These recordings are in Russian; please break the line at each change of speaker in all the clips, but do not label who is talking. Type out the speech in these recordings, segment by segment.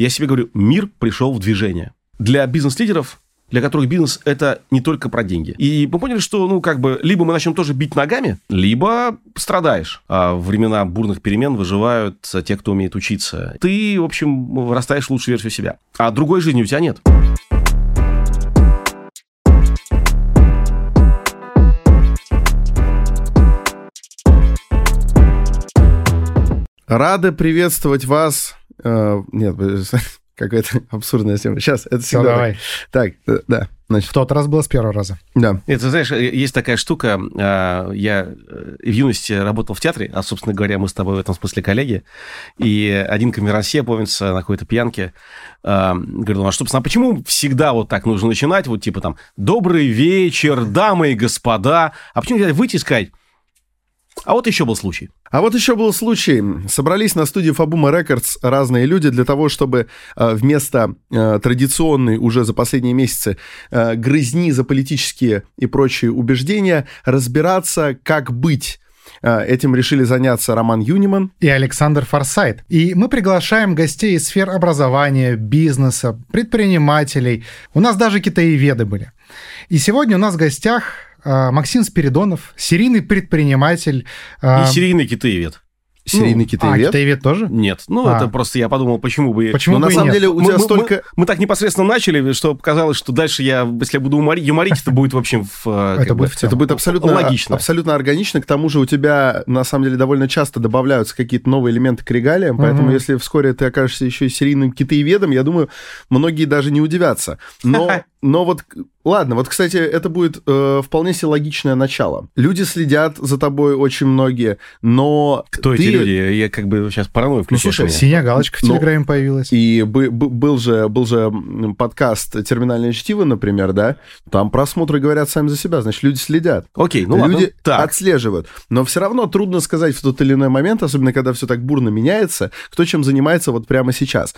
я себе говорю, мир пришел в движение. Для бизнес-лидеров, для которых бизнес – это не только про деньги. И мы поняли, что, либо мы начнем тоже бить ногами, либо страдаешь. А в времена бурных перемен выживают те, кто умеет учиться. Ты, в общем, вырастаешь в лучшую версию себя. А другой жизни у тебя нет.
Рады приветствовать вас. Нет, какая-то абсурдная тема. Сейчас, это всегда...
Давай.
Так, да. Значит.
В тот раз было с первого раза.
Да.
Это, знаешь, есть такая штука. Я в юности работал в театре, а, собственно говоря, мы с тобой в этом смысле коллеги. И один конферансье, помнится, на какой-то пьянке, говорил, а почему всегда вот так нужно начинать? Вот типа там «Добрый вечер, дамы и господа». А почему нельзя выйти и сказать: а вот еще был случай.
Собрались на студии Фабума Рекордс разные люди для того, чтобы вместо традиционной уже за последние месяцы грызни за политические и прочие убеждения разбираться, как быть. Этим решили заняться Роман Юниман
и Александр Форсайт. И мы приглашаем гостей из сфер образования, бизнеса, предпринимателей. У нас даже китаеведы были. И сегодня у нас в гостях Максим Спиридонов, серийный предприниматель.
И серийный китаевед.
Серийный китаевед?
Китаевед тоже?
Нет. Это просто я подумал, почему бы...
Почему бы
на самом деле у тебя столько...
Мы так непосредственно начали, что показалось, что дальше если я буду юморить, это будет, в общем,
это будет абсолютно логично. Абсолютно органично. К тому же у тебя, на самом деле, довольно часто добавляются какие-то новые элементы к регалиям, поэтому если вскоре ты окажешься еще и серийным китаеведом, я думаю, многие даже не удивятся. Но вот, ладно, вот, кстати, это будет вполне себе логичное начало. Люди следят за тобой очень многие, но
кто эти люди? Я сейчас паранойю включаю.
Слушай, синяя галочка в Телеграме появилась.
И был же подкаст «Терминальное чтиво», например, да? Там просмотры говорят сами за себя, значит, люди следят.
Окей,
люди отслеживают. Но все равно трудно сказать в тот или иной момент, особенно когда все так бурно меняется, кто чем занимается вот прямо сейчас.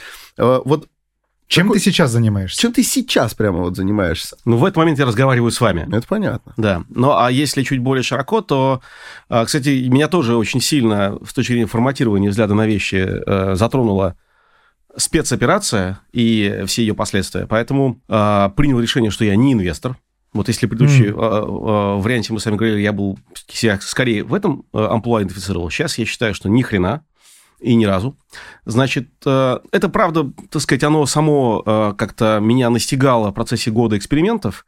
Чем ты сейчас занимаешься?
Чем ты сейчас прямо вот занимаешься?
В этот момент я разговариваю с вами.
Это понятно.
Да. А если чуть более широко, то, кстати, меня тоже очень сильно с точки зрения форматирования взгляда на вещи затронула спецоперация и все ее последствия. Поэтому принял решение, что я не инвестор. Вот если в предыдущем варианте мы с вами говорили, я скорее в этом амплуа идентифицировал. Сейчас я считаю, что ни хрена. И ни разу. Значит, это правда, так сказать, оно само как-то меня настигало в процессе года экспериментов,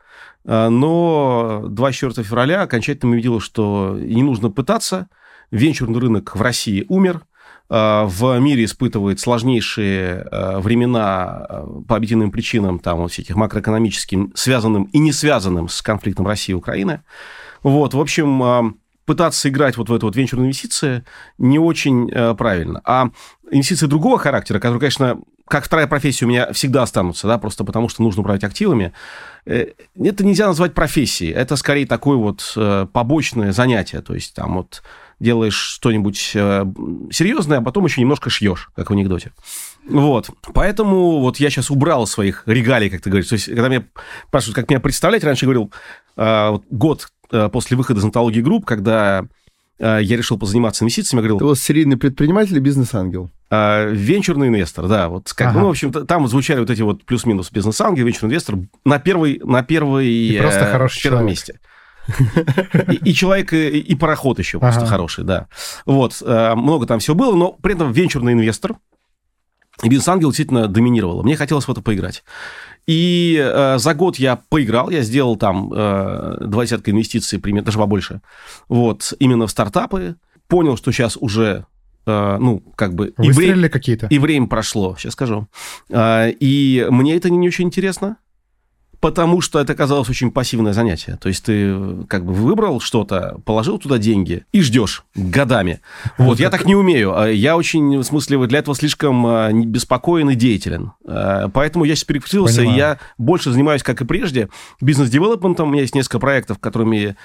но 24 февраля окончательно убедило, что не нужно пытаться. Венчурный рынок в России умер, в мире испытывает сложнейшие времена по объективным причинам, там, всяких макроэкономическим, связанным и не связанным с конфликтом России и Украины. В общем... Пытаться играть вот в эту венчурную инвестицию не очень правильно. А инвестиции другого характера, которые, конечно, как вторая профессия у меня всегда останутся, да, просто потому что нужно управлять активами, это нельзя назвать профессией. Это скорее такое побочное занятие. То есть там делаешь что-нибудь серьезное, а потом еще немножко шьешь, как в анекдоте. Поэтому я сейчас убрал своих регалий, как ты говоришь. То есть, когда меня спрашивают, как меня представлять, раньше говорил год после выхода из антологии групп, когда я решил позаниматься инвестициями, я говорил...
Ты у вас серийный предприниматель или бизнес-ангел?
Венчурный инвестор, да. В общем, там звучали эти плюс-минус бизнес-ангел, венчурный инвестор на первом месте. И человек, и пароход еще просто хороший, да. Много там всего было, но при этом венчурный инвестор и бизнес-ангел действительно доминировало. Мне хотелось в это поиграть. И за год я поиграл, я сделал там 20 инвестиций, примерно, даже побольше, именно в стартапы. Понял, что сейчас уже,
Выстрелили какие-то?
И время прошло, сейчас скажу. И мне это не очень интересно. Потому что это оказалось очень пассивное занятие. То есть ты выбрал что-то, положил туда деньги и ждешь годами. Я так не умею. Я очень, в смысле, для этого слишком беспокоен и деятелен. Поэтому я сейчас переключился, и я больше занимаюсь, как и прежде, бизнес-девелопментом. У меня есть несколько проектов, в которых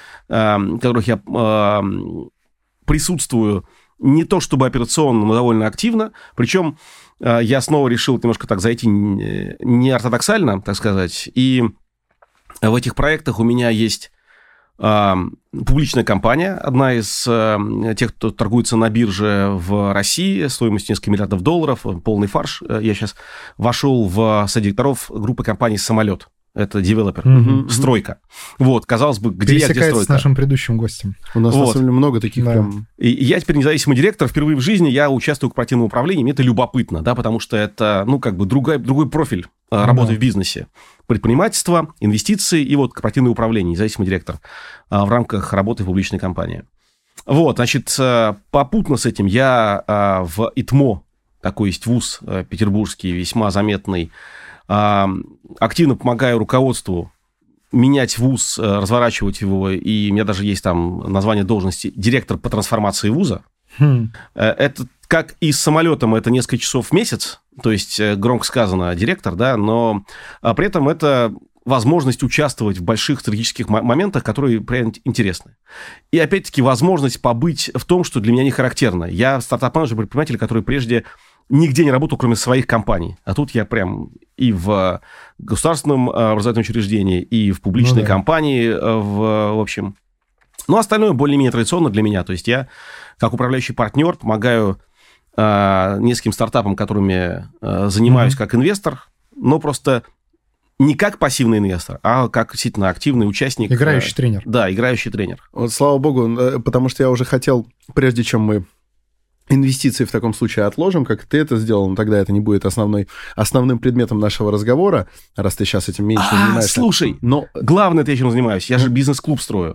я присутствую не то чтобы операционно, но довольно активно. Причем я снова решил немножко так зайти не ортодоксально, так сказать. И в этих проектах у меня есть публичная компания, одна из тех, кто торгуется на бирже в России, стоимостью несколько миллиардов долларов, полный фарш. Я сейчас вошел в совет директоров группы компаний «Самолет». Это девелопер, стройка. Вот, казалось бы, где я, где стройка?
С нашим предыдущим гостем.
У нас, на самом деле, много таких прям...
И я теперь независимый директор. Впервые в жизни я участвую в корпоративном управлении. Мне это любопытно, да, потому что это, другой профиль работы в бизнесе. Предпринимательство, инвестиции и вот корпоративное управление, независимый директор в рамках работы в публичной компании. Вот, значит, попутно с этим я в ИТМО, такой есть вуз петербургский, весьма заметный, активно помогаю руководству менять вуз, разворачивать его, и у меня даже есть там название должности директор по трансформации вуза. Это как и с самолетом, это несколько часов в месяц, то есть громко сказано директор, да, но при этом это возможность участвовать в больших стратегических моментах, которые прям интересны. И опять-таки возможность побыть в том, что для меня не характерно. Я стартап-менеджер, предприниматель, который прежде нигде не работал, кроме своих компаний. А тут я прям и в государственном образовательном учреждении, и в публичной компании, в общем. Но остальное более-менее традиционно для меня. То есть я, как управляющий партнер, помогаю нескольким стартапам, которыми занимаюсь как инвестор, но просто не как пассивный инвестор, а как действительно активный участник.
Играющий тренер.
Да, играющий тренер.
Вот слава богу, потому что я уже хотел, прежде чем мы инвестиции в таком случае отложим, как ты это сделал, но тогда это не будет основным предметом нашего разговора, раз ты сейчас этим меньше занимаешься.
Слушай, но главное, ты этим занимаюсь. Я же бизнес-клуб строю.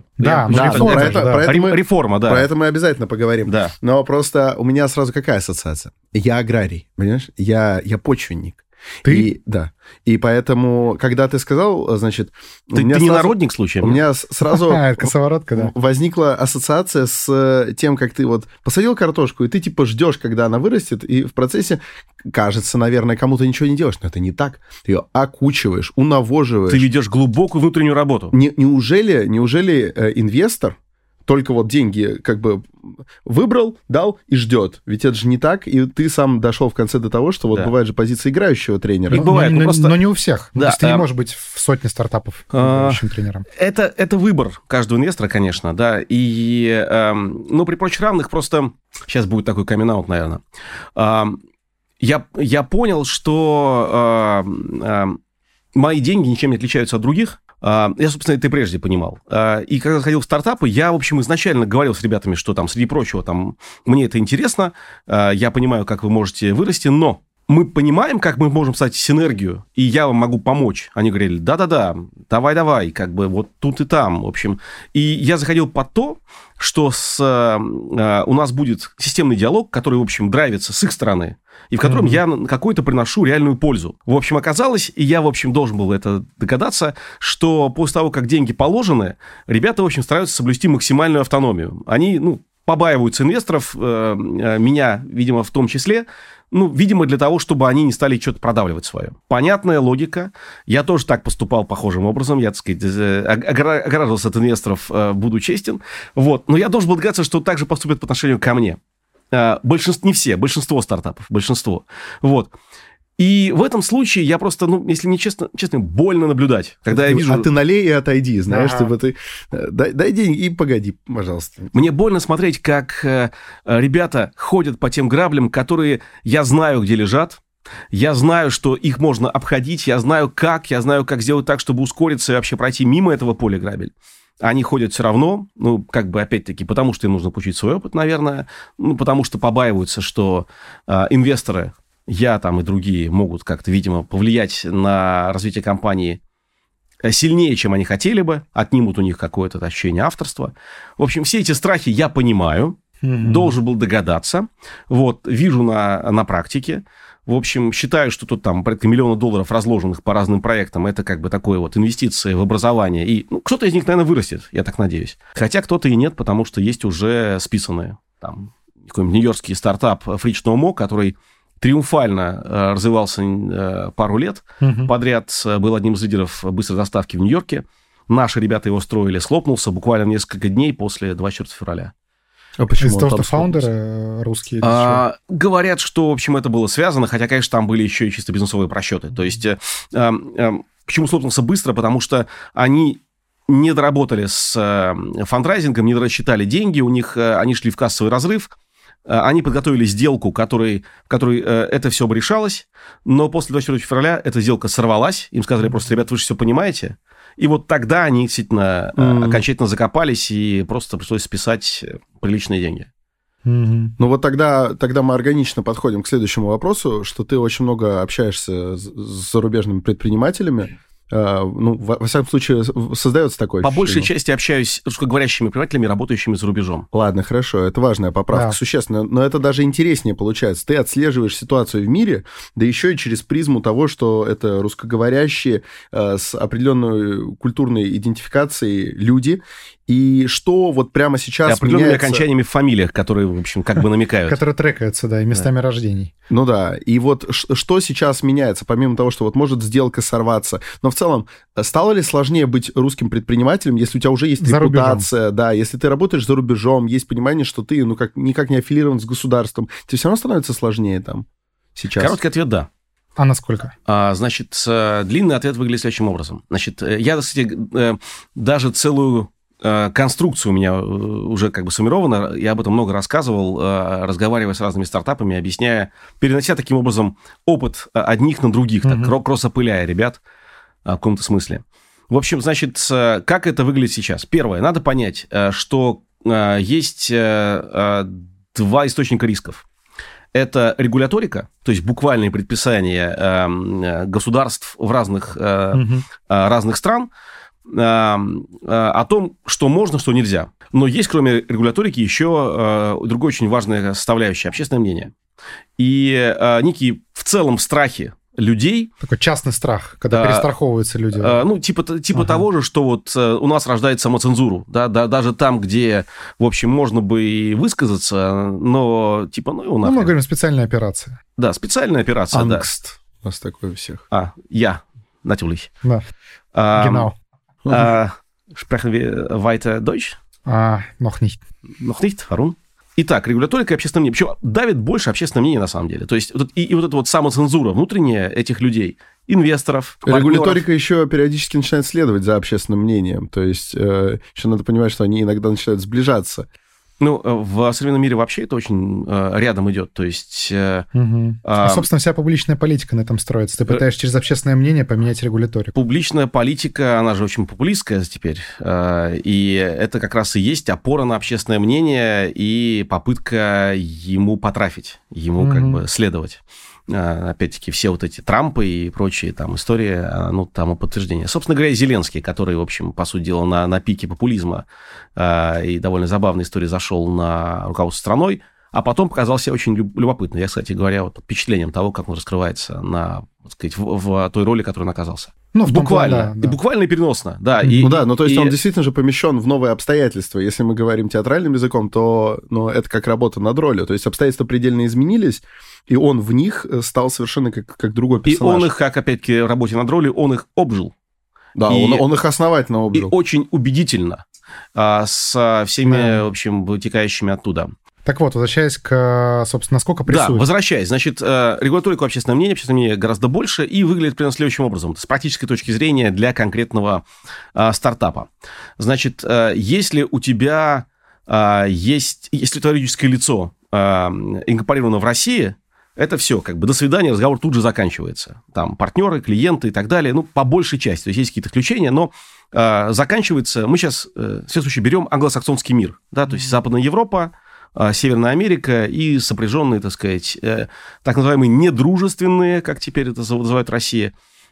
Реформа, да. Про это мы обязательно поговорим.
Да.
Но просто у меня сразу какая ассоциация? Я аграрий, понимаешь? Я почвенник.
Ты?
Да. И поэтому, когда ты сказал, значит...
Ты не народник, случайно?
У меня сразу
косоворотка, да.
возникла ассоциация с тем, как ты вот посадил картошку, и ты типа ждешь, когда она вырастет, и в процессе, кажется, наверное, кому-то ничего не делаешь. Но это не так. Ты ее окучиваешь, унавоживаешь.
Ты ведешь глубокую внутреннюю работу.
Неужели инвестор только вот деньги как бы выбрал, дал и ждет. Ведь это же не так, и ты сам дошел в конце до того, что вот бывает же позиция играющего тренера.
Бывает, но не у всех. Да, ты не можешь быть в сотне стартапов играющим тренером.
Это выбор каждого инвестора, конечно, да, и, при прочих равных просто... Сейчас будет такой камин-аут, наверное. Я понял, что мои деньги ничем не отличаются от других. Я, собственно, это и прежде понимал. И когда заходил в стартапы, я, в общем, изначально говорил с ребятами, что там, среди прочего, там, мне это интересно, я понимаю, как вы можете вырасти, но мы понимаем, как мы можем создать синергию, и я вам могу помочь. Они говорили, да-да-да, давай, как бы вот тут и там, в общем. И я заходил под то, что у нас будет системный диалог, который, в общем, драйвится с их стороны, и в котором я какую-то приношу реальную пользу. В общем, оказалось, и я, в общем, должен был это догадаться, что после того, как деньги положены, ребята, в общем, стараются соблюсти максимальную автономию. Они, побаиваются инвесторов, меня, видимо, в том числе, видимо, для того, чтобы они не стали что-то продавливать свое. Понятная логика. Я тоже так поступал похожим образом. Я, так сказать, огораживался от инвесторов, буду честен. Вот. Но я должен был догадаться, что так же поступят по отношению ко мне. Большинство, не все, большинство стартапов, большинство. Вот. И в этом случае я просто, если мне честно, больно наблюдать, когда я вижу...
А ты налей и отойди, знаешь, чтобы ты... Дай деньги и погоди, пожалуйста.
Мне больно смотреть, как ребята ходят по тем граблям, которые я знаю, где лежат. Я знаю, что их можно обходить, я знаю, как сделать так, чтобы ускориться и вообще пройти мимо этого поля грабель. Они ходят все равно, опять-таки, потому что им нужно получить свой опыт, наверное, потому что побаиваются, что инвесторы, я там и другие, могут как-то, видимо, повлиять на развитие компании сильнее, чем они хотели бы, отнимут у них какое-то ощущение авторства. В общем, все эти страхи я понимаю, должен был догадаться, вижу на практике. В общем, считаю, что тут там порядка $1 миллиона разложенных по разным проектам. Это как бы такое инвестиции в образование. И кто-то из них, наверное, вырастет, я так надеюсь. Хотя кто-то и нет, потому что есть уже списанные. Там какой-нибудь нью-йоркский стартап Fridge No More, который триумфально развивался пару лет подряд, был одним из лидеров быстрой доставки в Нью-Йорке. Наши ребята его строили, схлопнулся буквально несколько дней после 24 февраля.
А почему? Из-за того, что фаундеры русские?
Говорят, что, в общем, это было связано, хотя, конечно, там были еще и чисто бизнесовые просчеты. То есть, почему схлопнулся быстро? Потому что они не доработали с фандрайзингом, не дорассчитали деньги, они шли в кассовый разрыв, они подготовили сделку, в которой это все бы решалось, но после 24 февраля эта сделка сорвалась, им сказали просто: ребята, вы же все понимаете, и вот тогда они действительно окончательно закопались, и просто пришлось списать приличные деньги.
Ну вот тогда мы органично подходим к следующему вопросу, что ты очень много общаешься с зарубежными предпринимателями. Во всяком случае, создается такое ощущение.
По большей части общаюсь с русскоговорящими предпринимателями, работающими за рубежом.
Ладно, хорошо, это важная поправка, существенно, но это даже интереснее получается. Ты отслеживаешь ситуацию в мире, да еще и через призму того, что это русскоговорящие с определенной культурной идентификацией люди, и что вот прямо сейчас
и определенными окончаниями в фамилиях, которые, в общем, как бы намекают.
Которые трекаются, да, и местами рождений.
Ну да, и вот что сейчас меняется, помимо того, что вот может сделка сорваться, но в целом, стало ли сложнее быть русским предпринимателем, если у тебя уже есть репутация, да, если ты работаешь за рубежом, есть понимание, что ты, никак не аффилирован с государством, тебе все равно становится сложнее там сейчас?
Короткий ответ – да.
А насколько?
Значит, длинный ответ выглядит следующим образом. Значит, я, кстати, даже целую конструкция у меня уже как бы сформирована, я об этом много рассказывал, разговаривая с разными стартапами, объясняя, перенося таким образом опыт одних на других, так кросс-опыляя ребят в каком-то смысле. В общем, значит, как это выглядит сейчас? Первое, надо понять, что есть два источника рисков. Это регуляторика, то есть буквальные предписания государств в разных стран, о том, что можно, что нельзя. Но есть, кроме регуляторики, еще другое очень важное составляющее – общественное мнение. И некие в целом страхи людей...
Такой частный страх, когда перестраховываются люди.
Типа того же, что вот у нас рождает самоцензуру. Да, даже там, где, в общем, можно бы и высказаться, но типа, ну и у нас...
мы говорим специальная операция.
Да, специальная операция,
Ангст. У нас такое у всех.
Natürlich.
Да, genau.
Sprechen wir weiter Deutsch?
Noch nicht.
Noch nicht? Warum? Итак, регуляторика и общественное мнение. Причем давит больше общественное мнение, на самом деле. То есть вот эта вот самоцензура внутренняя этих людей, инвесторов, партнеров.
Регуляторика еще периодически начинает следовать за общественным мнением. То есть еще надо понимать, что они иногда начинают сближаться.
В современном мире вообще это очень рядом идет, то есть...
собственно, вся публичная политика на этом строится. Ты пытаешься через общественное мнение поменять регуляторику.
Публичная политика, она же очень популистская теперь, и это как раз и есть опора на общественное мнение и попытка ему потрафить, ему как бы следовать. Опять-таки, все вот эти Трампы и прочие там истории, тому подтверждение. Собственно говоря, Зеленский, который, в общем, по сути дела, на пике популизма и довольно забавной истории зашел на руководство страной, а потом показал себя очень любопытно. Я, кстати говоря, под впечатлением того, как он раскрывается в той роли, в которой он оказался. Буквально. И буквально и переносно. Да,
то есть он действительно же помещен в новые обстоятельства. Если мы говорим театральным языком, то это как работа над ролью. То есть обстоятельства предельно изменились, и он в них стал совершенно как другой персонаж.
И он их, как опять-таки в работе над ролью, он их обжил.
Да, он их основательно обжил.
И очень убедительно, со всеми, в общем, вытекающими оттуда.
Так вот, возвращаясь к, собственно, насколько прессует.
Да, возвращаясь. Значит, регуляторику общественное мнение гораздо больше и выглядит примерно следующим образом. С практической точки зрения для конкретного стартапа. Значит, если у тебя если твое юридическое лицо инкорпорировано в России, это все, как бы до свидания, разговор тут же заканчивается. Там партнеры, клиенты и так далее, по большей части. То есть какие-то исключения, но заканчивается... Мы сейчас, в всяком случае, берем англосаксонский мир, да, то есть Западная Европа, Северная Америка и сопряженные, так сказать, так называемые недружественные, как теперь это называют Россия,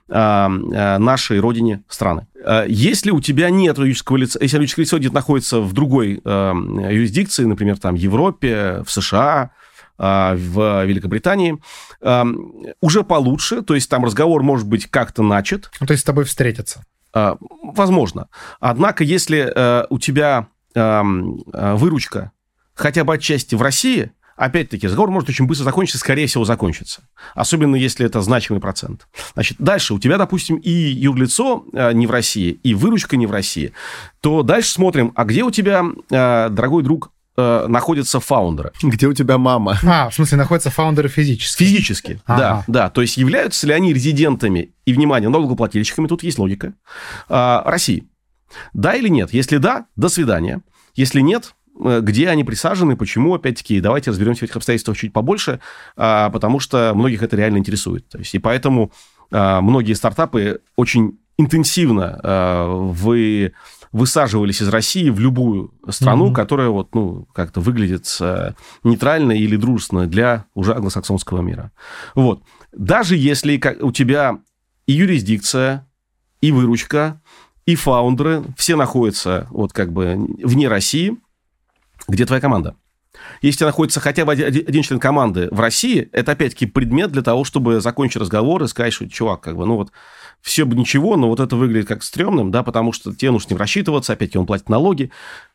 нашей родине страны. Если у тебя нет юридического лица, если юридическое лицо где-то находится в другой юрисдикции, например, там в Европе, в США, в Великобритании, уже получше, то есть там разговор может быть как-то начат.
То есть с тобой встретятся?
Возможно. Однако, если у тебя выручка хотя бы отчасти в России, опять-таки, разговор может очень быстро закончиться, скорее всего, закончится. Особенно, если это значимый процент. Значит, дальше у тебя, допустим, и юрлицо не в России, и выручка не в России. То дальше смотрим, а где у тебя, дорогой друг, находятся фаундеры?
Где у тебя мама?
В смысле, находятся фаундеры физически?
Физически, да. То есть, являются ли они резидентами, и, внимание, налогоплательщиками, тут есть логика, России. Да или нет? Если да, до свидания. Если нет, где они присажены, почему, опять-таки, давайте разберемся в этих обстоятельствах чуть побольше, потому что многих это реально интересует. То есть, и поэтому многие стартапы очень интенсивно высаживались из России в любую страну, которая вот, ну, как-то выглядит нейтрально или дружественно для уже англосаксонского мира. Вот. Даже если у тебя и юрисдикция, и выручка, и фаундеры, все находятся вот как бы вне России, где твоя команда? Если находится хотя бы один член команды в России, это опять-таки предмет для того, чтобы закончить разговор и сказать, что, чувак, как бы, ну вот, все бы ничего, но вот это выглядит как стрёмным, да, потому что тебе нужно с ним рассчитываться, опять-таки он платит налоги.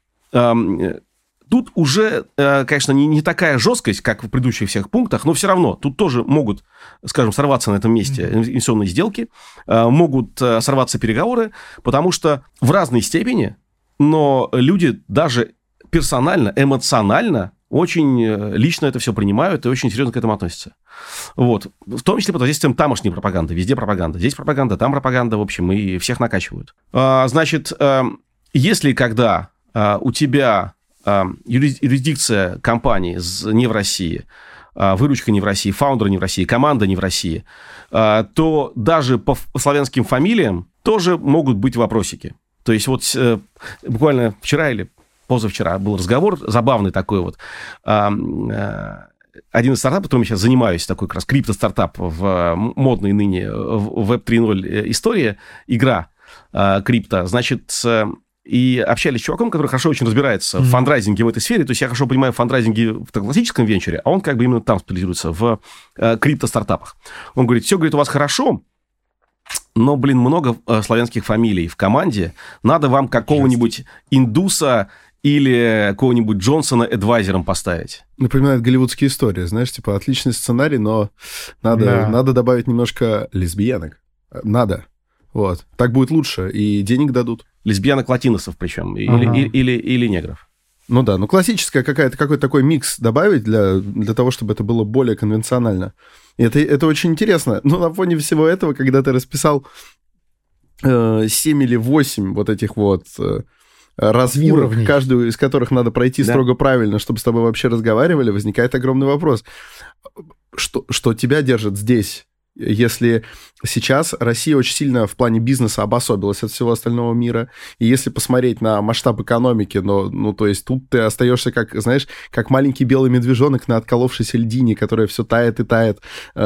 Тут уже, конечно, не такая жесткость, как в предыдущих всех пунктах, но все равно тут тоже могут, скажем, сорваться на этом месте инвестиционные сделки, могут сорваться переговоры, потому что в разной степени, но люди даже персонально, эмоционально очень лично это все принимают и очень серьезно к этому относятся. Вот. В том числе под воздействием тамошней пропаганды. Везде пропаганда. Здесь пропаганда, там пропаганда, в общем, и всех накачивают. Значит, если когда у тебя юрисдикция компании не в России, выручка не в России, фаундер не в России, команда не в России, то даже по славянским фамилиям тоже могут быть вопросики. То есть вот буквально вчера или позавчера был разговор забавный такой вот. Один из стартапов, которым я сейчас занимаюсь, такой как раз крипто-стартап в модной ныне Web 3.0 истории, игра крипто, значит, и общались с чуваком, который хорошо очень разбирается в фандрайзинге в этой сфере, то есть я хорошо понимаю фандрайзинге в классическом венчуре, а он как бы именно там специализируется, в крипто-стартапах. Он говорит, все, говорит, у вас хорошо, но, блин, много славянских фамилий в команде, надо вам какого-нибудь индуса или какого-нибудь Джонсона адвайзером поставить.
Напоминает голливудские истории, знаешь, типа отличный сценарий, но надо добавить немножко лесбиянок. Надо. Вот. Так будет лучше, и денег дадут.
Лесбиянок-латиносов причем, или негров.
Ну да, ну классическая какой-то такой микс добавить для того, чтобы это было более конвенционально. И это очень интересно. Но на фоне всего этого, когда ты расписал 7 или 8 вот этих вот развилок, каждую из которых надо пройти строго правильно, чтобы с тобой вообще разговаривали, возникает огромный вопрос. Что тебя держит здесь? Если сейчас Россия очень сильно в плане бизнеса обособилась от всего остального мира, и если посмотреть на масштаб экономики, ну, то есть тут ты остаешься, как, знаешь, как маленький белый медвежонок на отколовшейся льдине, которая все тает и тает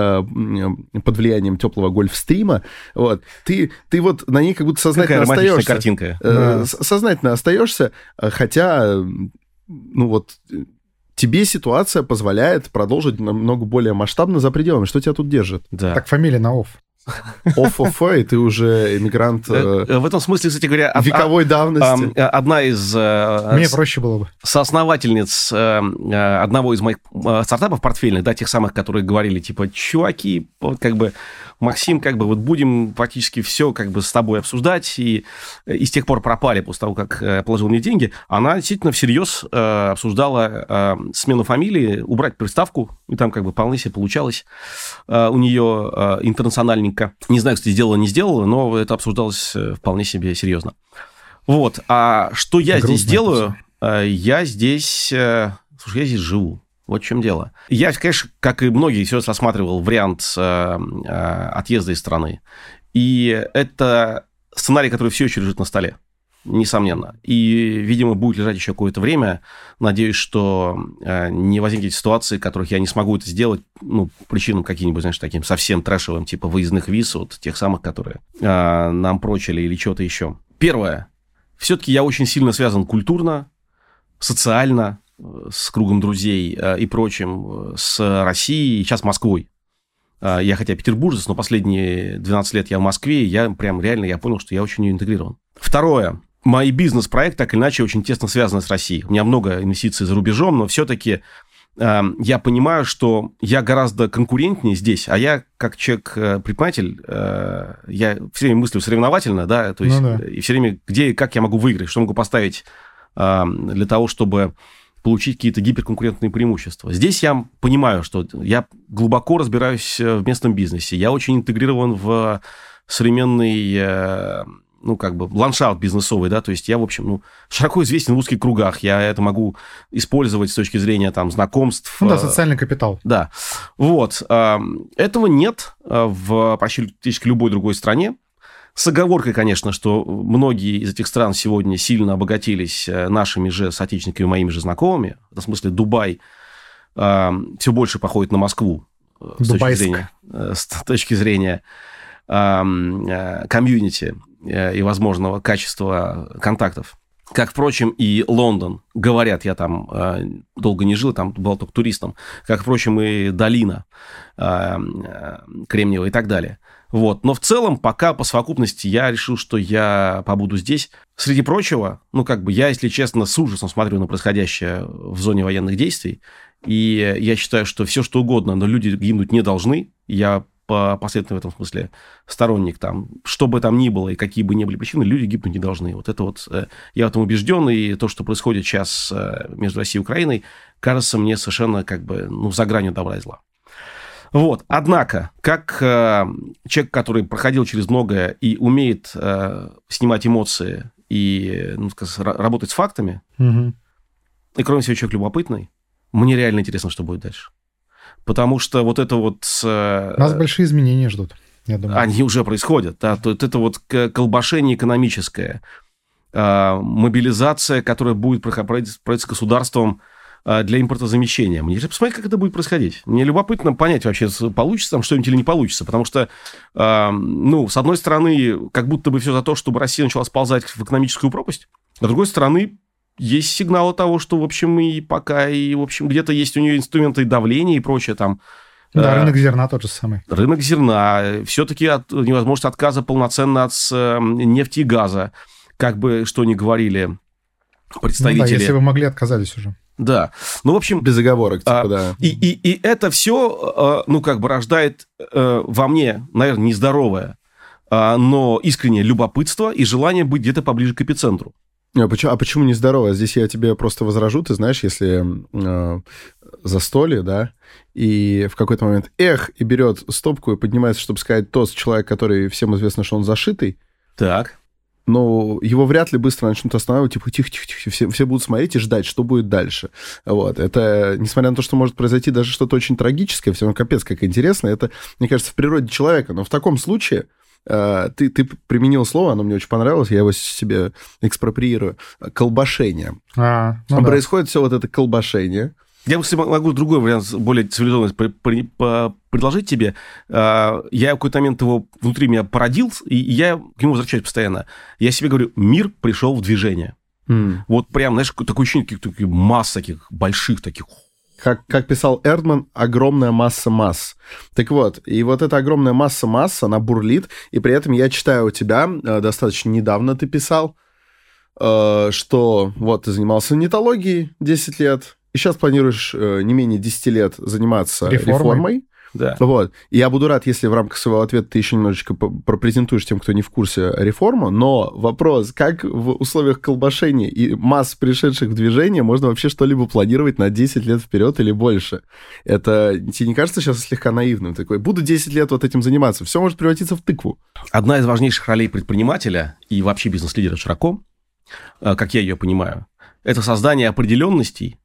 под влиянием теплого гольфстрима, вот, ты вот на ней как будто сознательно остаешься.
Картинка.
Сознательно остаешься, хотя, ну вот... Тебе ситуация позволяет продолжить намного более масштабно за пределами. Что тебя тут держит?
Да. Так фамилия на «офф».
Офф, и ты уже эмигрант...
В этом смысле, кстати говоря...
Вековой давности.
Одна из...
Мне проще было бы.
Соосновательниц одного из моих стартапов портфельных, да, тех самых, которые говорили, типа, чуваки, вот как бы, Максим, как бы, вот будем практически все как бы с тобой обсуждать, и с тех пор пропали после того, как положил мне деньги, она действительно всерьез обсуждала смену фамилии, убрать приставку, и там как бы вполне себе получалось у нее интернациональненько. Не знаю, кстати, сделала, не сделала, но это обсуждалось вполне себе серьезно. Вот. А что я здесь делаю? Я здесь живу. Вот в чем дело. Я, конечно, как и многие, сейчас рассматривал вариант отъезда из страны. И это сценарий, который все еще лежит на столе. Несомненно. И, видимо, будет лежать еще какое-то время. Надеюсь, что не возникнет ситуации, которых я не смогу это сделать, ну, причинам каким-нибудь, знаешь, таким совсем трэшевым, типа выездных виз, вот тех самых, которые нам прочили или что-то еще. Первое. Все-таки я очень сильно связан культурно, социально, с кругом друзей и прочим, с Россией, сейчас Москвой. Я хотя петербуржец, но последние 12 лет я в Москве, и я прям реально, я понял, что я очень интегрирован. Второе. Мои бизнес-проекты, так или иначе, очень тесно связаны с Россией. У меня много инвестиций за рубежом, но все-таки я понимаю, что я гораздо конкурентнее здесь, а я, как человек-предприниматель, я все время мыслю соревновательно, да, то есть и все время где и как я могу выиграть, что могу поставить для того, чтобы получить какие-то гиперконкурентные преимущества. Здесь я понимаю, что я глубоко разбираюсь в местном бизнесе, я очень интегрирован в современный ландшафт бизнесовый, да, то есть я, в общем, широко известен в узких кругах, я это могу использовать с точки зрения, там, знакомств.
Социальный капитал.
Да, вот. Этого нет практически любой другой стране. С оговоркой, конечно, что многие из этих стран сегодня сильно обогатились нашими же соотечественниками, моими же знакомыми. В смысле, Дубай все больше походит на Москву с точки зрения комьюнити и возможного качества контактов. Как, впрочем, и Лондон. Говорят, я там долго не жил, там был только туристом. Как, впрочем, и долина Кремниевая и так далее. Вот. Но в целом, пока по совокупности я решил, что я побуду здесь. Среди прочего, я, если честно, с ужасом смотрю на происходящее в зоне военных действий. И я считаю, что все, что угодно, но люди гибнуть не должны. Я последовательно в этом смысле сторонник, там, что бы там ни было и какие бы ни были причины, люди гибнуть не должны. Вот это вот, я в этом убежден, и то, что происходит сейчас между Россией и Украиной, кажется мне совершенно за гранью добра и зла. Вот. Однако, как человек, который проходил через многое и умеет снимать эмоции и работать с фактами, и кроме всего человек любопытный, мне реально интересно, что будет дальше. Потому что вот это вот...
Нас большие изменения ждут, я думаю.
Они уже происходят. Да? То это вот колбашение экономическое, мобилизация, которая будет проводиться государством для импортозамещения. Мне же посмотреть, как это будет происходить. Мне любопытно понять вообще, получится там что-нибудь или не получится. Потому что, с одной стороны, как будто бы все за то, чтобы Россия начала сползать в экономическую пропасть. А с другой стороны, есть сигналы того, что, в общем, где-то есть у нее инструменты давления и прочее там.
Да, рынок зерна тот же самый.
Рынок зерна. Все-таки невозможность отказа полноценно от нефти и газа. Как бы что ни говорили представители.
Если бы могли, отказались уже.
Да. В общем...
Без оговорок, да.
И это все, рождает во мне, наверное, нездоровое, но искреннее любопытство и желание быть где-то поближе к эпицентру.
А почему нездорово? Здесь я тебе просто возражу. Ты знаешь, если застолье, да, и в какой-то момент и берет стопку и поднимается, чтобы сказать тост, человек, который всем известно, что он зашитый.
Так.
Но его вряд ли быстро начнут останавливать, тихо, все будут смотреть и ждать, что будет дальше. Вот. Это, несмотря на то, что может произойти даже что-то очень трагическое, все равно капец как интересно, это, мне кажется, в природе человека. Но в таком случае... Ты применил слово, оно мне очень понравилось, я его себе экспроприирую. Колбашение. Происходит все вот это колбашение.
Я могу другой вариант, более цивилизованный, предложить тебе. Я в какой-то момент его внутри меня породил, и я к нему возвращаюсь постоянно. Я себе говорю, мир пришел в движение. Вот прям, знаешь, такое ощущение, масс таких больших таких...
Как писал Эрдман, огромная масса масс. Так вот, и вот эта огромная масса масс, она бурлит, и при этом я читаю у тебя, достаточно недавно ты писал, что вот ты занимался нетологией 10 лет, и сейчас планируешь не менее 10 лет заниматься реформой.
Да.
Вот. И я буду рад, если в рамках своего ответа ты еще немножечко пропрезентуешь тем, кто не в курсе, реформу. Но вопрос, как в условиях колбашения и масс пришедших в движение можно вообще что-либо планировать на 10 лет вперед или больше? Это тебе не кажется сейчас слегка наивным? Такой, буду 10 лет вот этим заниматься. Все может превратиться в тыкву.
Одна из важнейших ролей предпринимателя и вообще бизнес-лидера широко, как я ее понимаю, это создание определенностей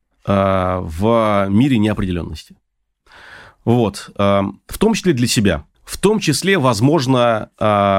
в мире неопределенности. Вот. В том числе для себя. В том числе, возможно,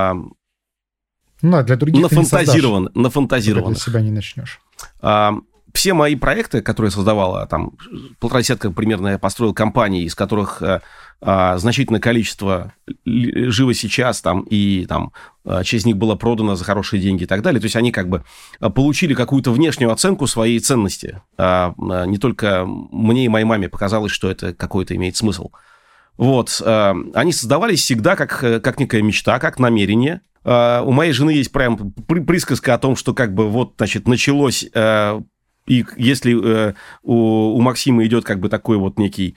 для других
нафантазировано.
Для себя не начнешь.
Все мои проекты, которые я создавала, там 1,5 десятка примерно я построил компаний, из которых значительное количество живо сейчас, там, и там, часть из них была продана за хорошие деньги и так далее. То есть они получили какую-то внешнюю оценку своей ценности. Не только мне и моей маме показалось, что это какой-то имеет смысл. Вот. Они создавались всегда как некая мечта, как намерение. У моей жены есть прям присказка о том, что началось... И если у Максима идет такой вот некий...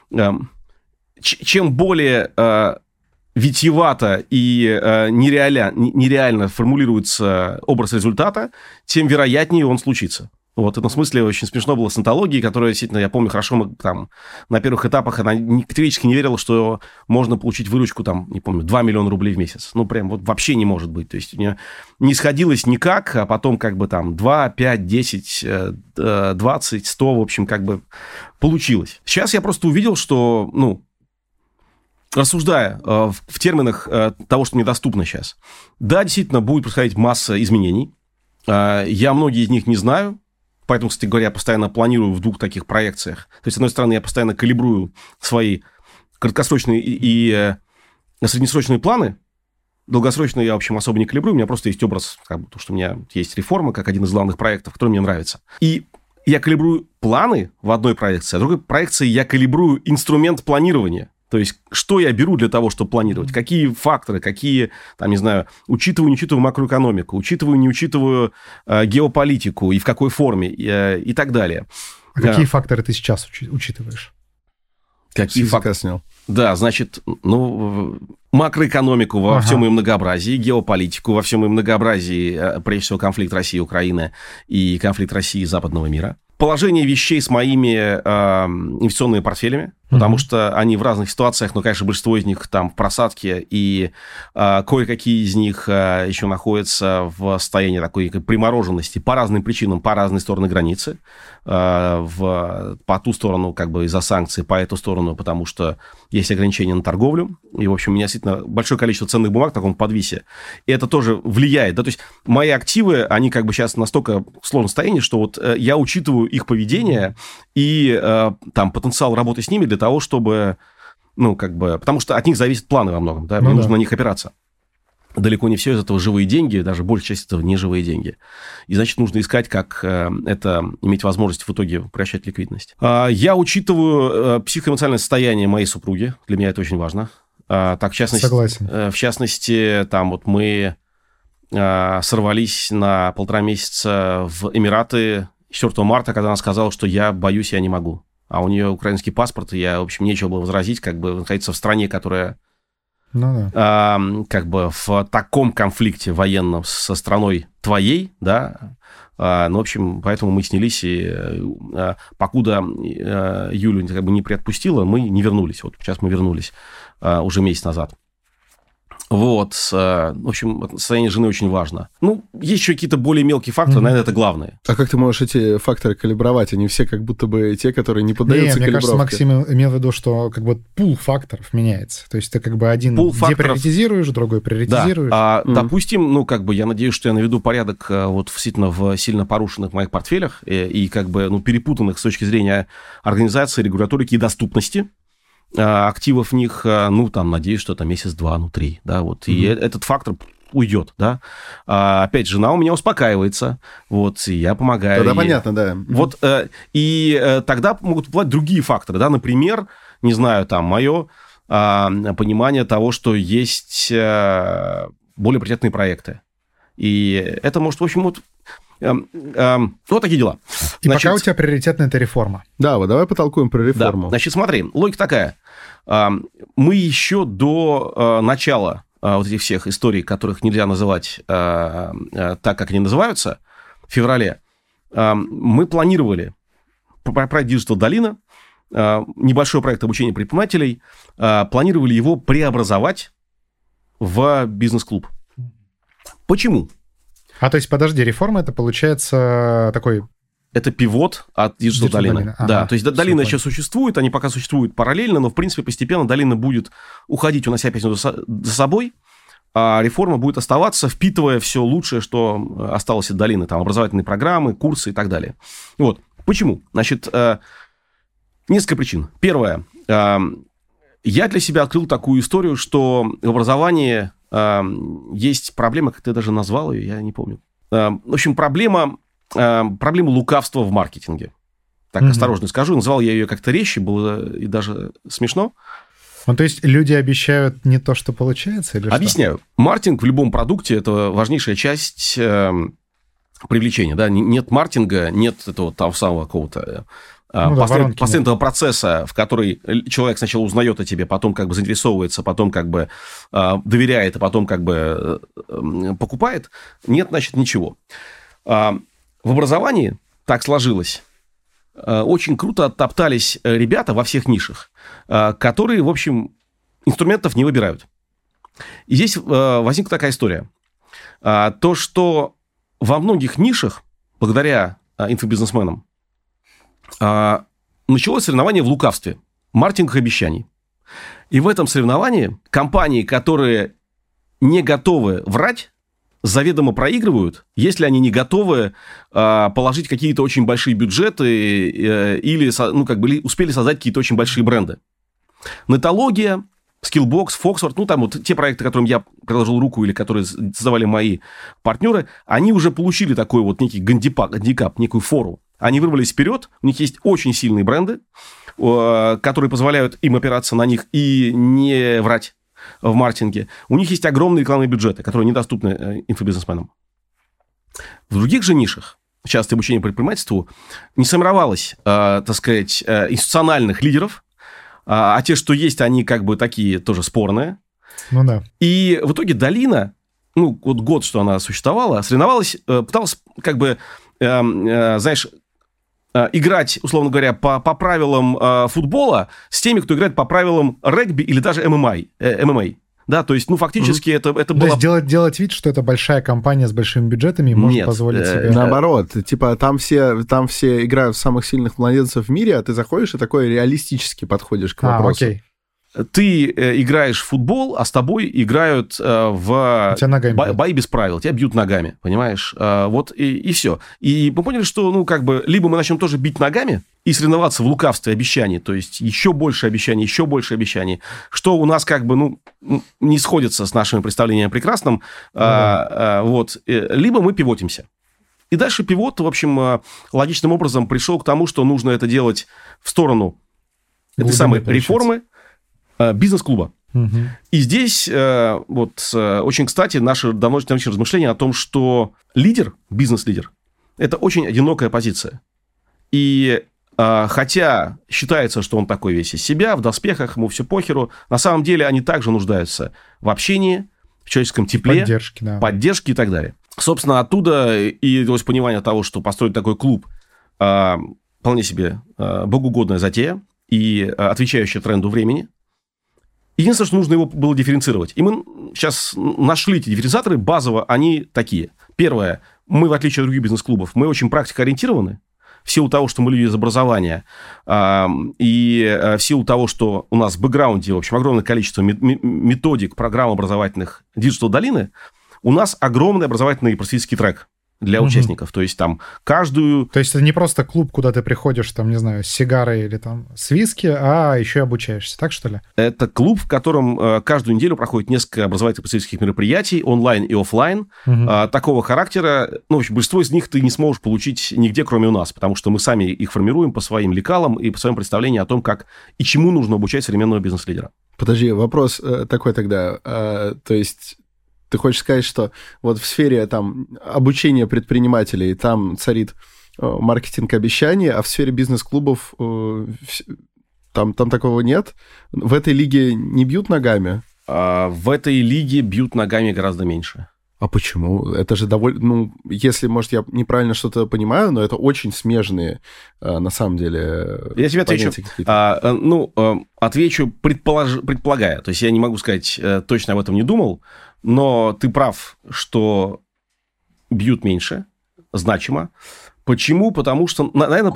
Чем более витиевато и нереально формулируется образ результата, тем вероятнее он случится. Вот в этом смысле очень смешно было с онтологией, которая, действительно, я помню хорошо, мы там на первых этапах, она категорически не верила, что можно получить выручку, там, не помню, 2 миллиона рублей в месяц. Ну, прям вот вообще не может быть. То есть у нее не сходилось никак, а потом как бы там 2, 5, 10, 20, 100, в общем, как бы получилось. Сейчас я просто увидел, что, ну, рассуждая в терминах того, что мне доступно сейчас, да, действительно, будет происходить масса изменений. Я многие из них не знаю. Поэтому, кстати говоря, я постоянно планирую в двух таких проекциях. То есть, с одной стороны, я постоянно калибрую свои краткосрочные и среднесрочные планы. Долгосрочные я, в общем, особо не калибрую. У меня просто есть образ, как бы, то, что у меня есть реформа, как один из главных проектов, который мне нравится. И я калибрую планы в одной проекции, а в другой проекции я калибрую инструмент планирования. То есть, что я беру для того, чтобы планировать, какие факторы, какие, там, не знаю, учитываю, не учитываю макроэкономику, учитываю, не учитываю геополитику и в какой форме и так далее.
А какие факторы ты сейчас учитываешь?
Какие факторы? Снял. Да, значит, ну, макроэкономику во всем ее многообразии, геополитику во всем ее многообразии, прежде всего конфликт России и Украины и конфликт России и западного мира. Положение вещей с моими инвестиционными портфелями, потому что они в разных ситуациях, но, конечно, большинство из них там в просадке, и кое-какие из них еще находятся в состоянии такой примороженности по разным причинам, по разные стороны границы, по ту сторону как бы из-за санкций, по эту сторону, потому что есть ограничения на торговлю, и, в общем, у меня действительно большое количество ценных бумаг в таком подвисе, и это тоже влияет, да, то есть мои активы, они как бы сейчас настолько в сложном состоянии, что вот я учитываю их поведение и там потенциал работы с ними для того, чтобы, ну, как бы, потому что от них зависят планы во многом, да, мне нужно на них опираться. Далеко не все из этого живые деньги, даже большая часть этого не живые деньги. И, значит, нужно искать, как это иметь возможность в итоге превращать в ликвидность. Я учитываю психоэмоциональное состояние моей супруги, для меня это очень важно. Так, в частности,
согласен.
В частности, там вот мы сорвались на 1,5 месяца в Эмираты 4 марта, когда она сказала, что я боюсь, я не могу. А у нее украинский паспорт, и я, в общем, нечего было возразить, как бы находиться в стране, которая как бы в таком конфликте военном со страной твоей, да, ну, в общем, поэтому мы снялись, и покуда Юлю как бы не приотпустила, мы не вернулись. Вот сейчас мы вернулись уже месяц назад. Вот, в общем, состояние жены очень важно. Ну, есть еще какие-то более мелкие факторы, наверное, это главное.
А как ты можешь эти факторы калибровать? Они все как будто бы те, которые не поддаются калибровке.
Мне кажется, Максим имел в виду, что как бы пул факторов меняется. То есть ты как бы один деприоритизируешь, другой приоритизируешь.
Да. Допустим, ну, как бы я надеюсь, что я наведу порядок вот действительно в сильно порушенных моих портфелях и как бы, ну, перепутанных с точки зрения организации, регуляторики и доступности активов в них, ну, там, надеюсь, что это месяц, 2, ну, 3, да, вот, и этот фактор уйдет, да. Опять, жена у меня успокаивается, вот, и я помогаю.
Тогда понятно, да.
Вот, и тогда могут бывать другие факторы, да, например, не знаю, там, мое понимание того, что есть более приоритетные проекты, и это может, в общем, вот... Вот такие дела.
И значит, пока у тебя приоритетная эта реформа.
Да, вот давай потолкуем про реформу.
Да. Значит, смотри, логика такая. Мы еще до начала вот этих всех историй, которых нельзя называть так, как они называются, в феврале, мы планировали проект Digital Долина, небольшой проект обучения предпринимателей, планировали его преобразовать в бизнес-клуб. Почему?
То есть, подожди, реформа это получается такой...
Это пивот от Digital Долины. Да, то есть Долина еще существует, они пока существуют параллельно, но, в принципе, постепенно Долина будет уходить, унося песню за собой, а реформа будет оставаться, впитывая все лучшее, что осталось от Долины, там, образовательные программы, курсы и так далее. Вот. Почему? Значит, несколько причин. Первое. Я для себя открыл такую историю, что в образовании... есть проблема, как ты даже назвал ее, я не помню. В общем, проблема лукавства в маркетинге. Так осторожно скажу. Назвал я ее как-то резче, было и даже смешно.
Ну, то есть люди обещают не то, что получается, или
Объясняю. Что? Маркетинг в любом продукте – это важнейшая часть привлечения. Да? Нет маркетинга, нет этого того самого какого-то... постоянного процесса, в который человек сначала узнает о тебе, потом как бы заинтересовывается, потом как бы доверяет, а потом как бы покупает, нет, значит, ничего. В образовании так сложилось. Очень круто оттоптались ребята во всех нишах, которые, в общем, инструментов не выбирают. И здесь возникла такая история. То, что во многих нишах, благодаря инфобизнесменам, началось соревнование в лукавстве, маркетинг обещаний. И в этом соревновании компании, которые не готовы врать, заведомо проигрывают, если они не готовы положить какие-то очень большие бюджеты или успели создать какие-то очень большие бренды. Нетология, Skillbox, Foxword, там вот те проекты, которым я приложил руку или которые создавали мои партнеры, они уже получили такой вот некий гандикап, некую фору. Они вырвались вперед, у них есть очень сильные бренды, которые позволяют им опираться на них и не врать в маркетинге. У них есть огромные рекламные бюджеты, которые недоступны инфобизнесменам. В других же нишах, часто обучение предпринимательству, не сформировалось, институциональных лидеров, а те, что есть, они как бы такие тоже спорные.
Ну да.
И в итоге долина, вот год, что она существовала, соревновалась, пыталась играть, условно говоря, по правилам футбола с теми, кто играет по правилам регби или даже ММА. Да, то есть, фактически это было...
То есть делать вид, что это большая компания с большими бюджетами и может позволить себе...
Наоборот, там все играют в самых сильных младенцев в мире, а ты заходишь и такой реалистически подходишь к вопросу.
Окей.
Ты играешь в футбол, а с тобой играют в бои без правил. Тебя бьют ногами, понимаешь? Вот и все. И мы поняли, что, либо мы начнем тоже бить ногами и соревноваться в лукавстве обещаний, то есть еще больше обещаний, что у нас не сходится с нашими представлениями о прекрасном, либо мы пивотимся. И дальше пивот, в общем, логичным образом пришел к тому, что нужно это делать в сторону этой самой реформы, бизнес-клуба. Угу. И здесь очень, кстати, наше давнишнее размышление о том, что лидер, бизнес-лидер, это очень одинокая позиция. И хотя считается, что он такой весь из себя, в доспехах, ему все похеру, на самом деле они также нуждаются в общении, в человеческом тепле, поддержке и так далее. Собственно, оттуда и родилось понимание того, что построить такой клуб вполне себе богоугодная затея и отвечающая тренду времени. Единственное, что нужно его было дифференцировать. И мы сейчас нашли эти дифференциаторы. Базово они такие. Первое. Мы, в отличие от других бизнес-клубов, мы очень практикоориентированы. В силу того, что мы люди из образования. И в силу того, что у нас в бэкграунде, в общем, огромное количество методик, программ образовательных Digital Долины, у нас огромный образовательный и просветительский трек для участников. То есть там каждую...
То есть это не просто клуб, куда ты приходишь, там, не знаю, с сигарой или там с виски, а еще и обучаешься, так что ли?
Это клуб, в котором каждую неделю проходит несколько образовательных просветительских мероприятий, онлайн и офлайн, такого характера. В общем, большинство из них ты не сможешь получить нигде, кроме у нас, потому что мы сами их формируем по своим лекалам и по своим представлениям о том, как и чему нужно обучать современного бизнес-лидера.
Подожди, вопрос такой тогда. То есть... Ты хочешь сказать, что вот в сфере обучения предпринимателей там царит маркетинг обещаний, а в сфере бизнес-клубов там такого нет? В этой лиге не бьют ногами?
В этой лиге бьют ногами гораздо меньше.
А почему? Это же довольно... если, может, я неправильно что-то понимаю, но это очень смежные, на самом деле,
я тебе отвечу. Отвечу, предполагая. То есть я не могу сказать, точно об этом не думал, но ты прав, что бьют меньше, значимо. Почему? Потому что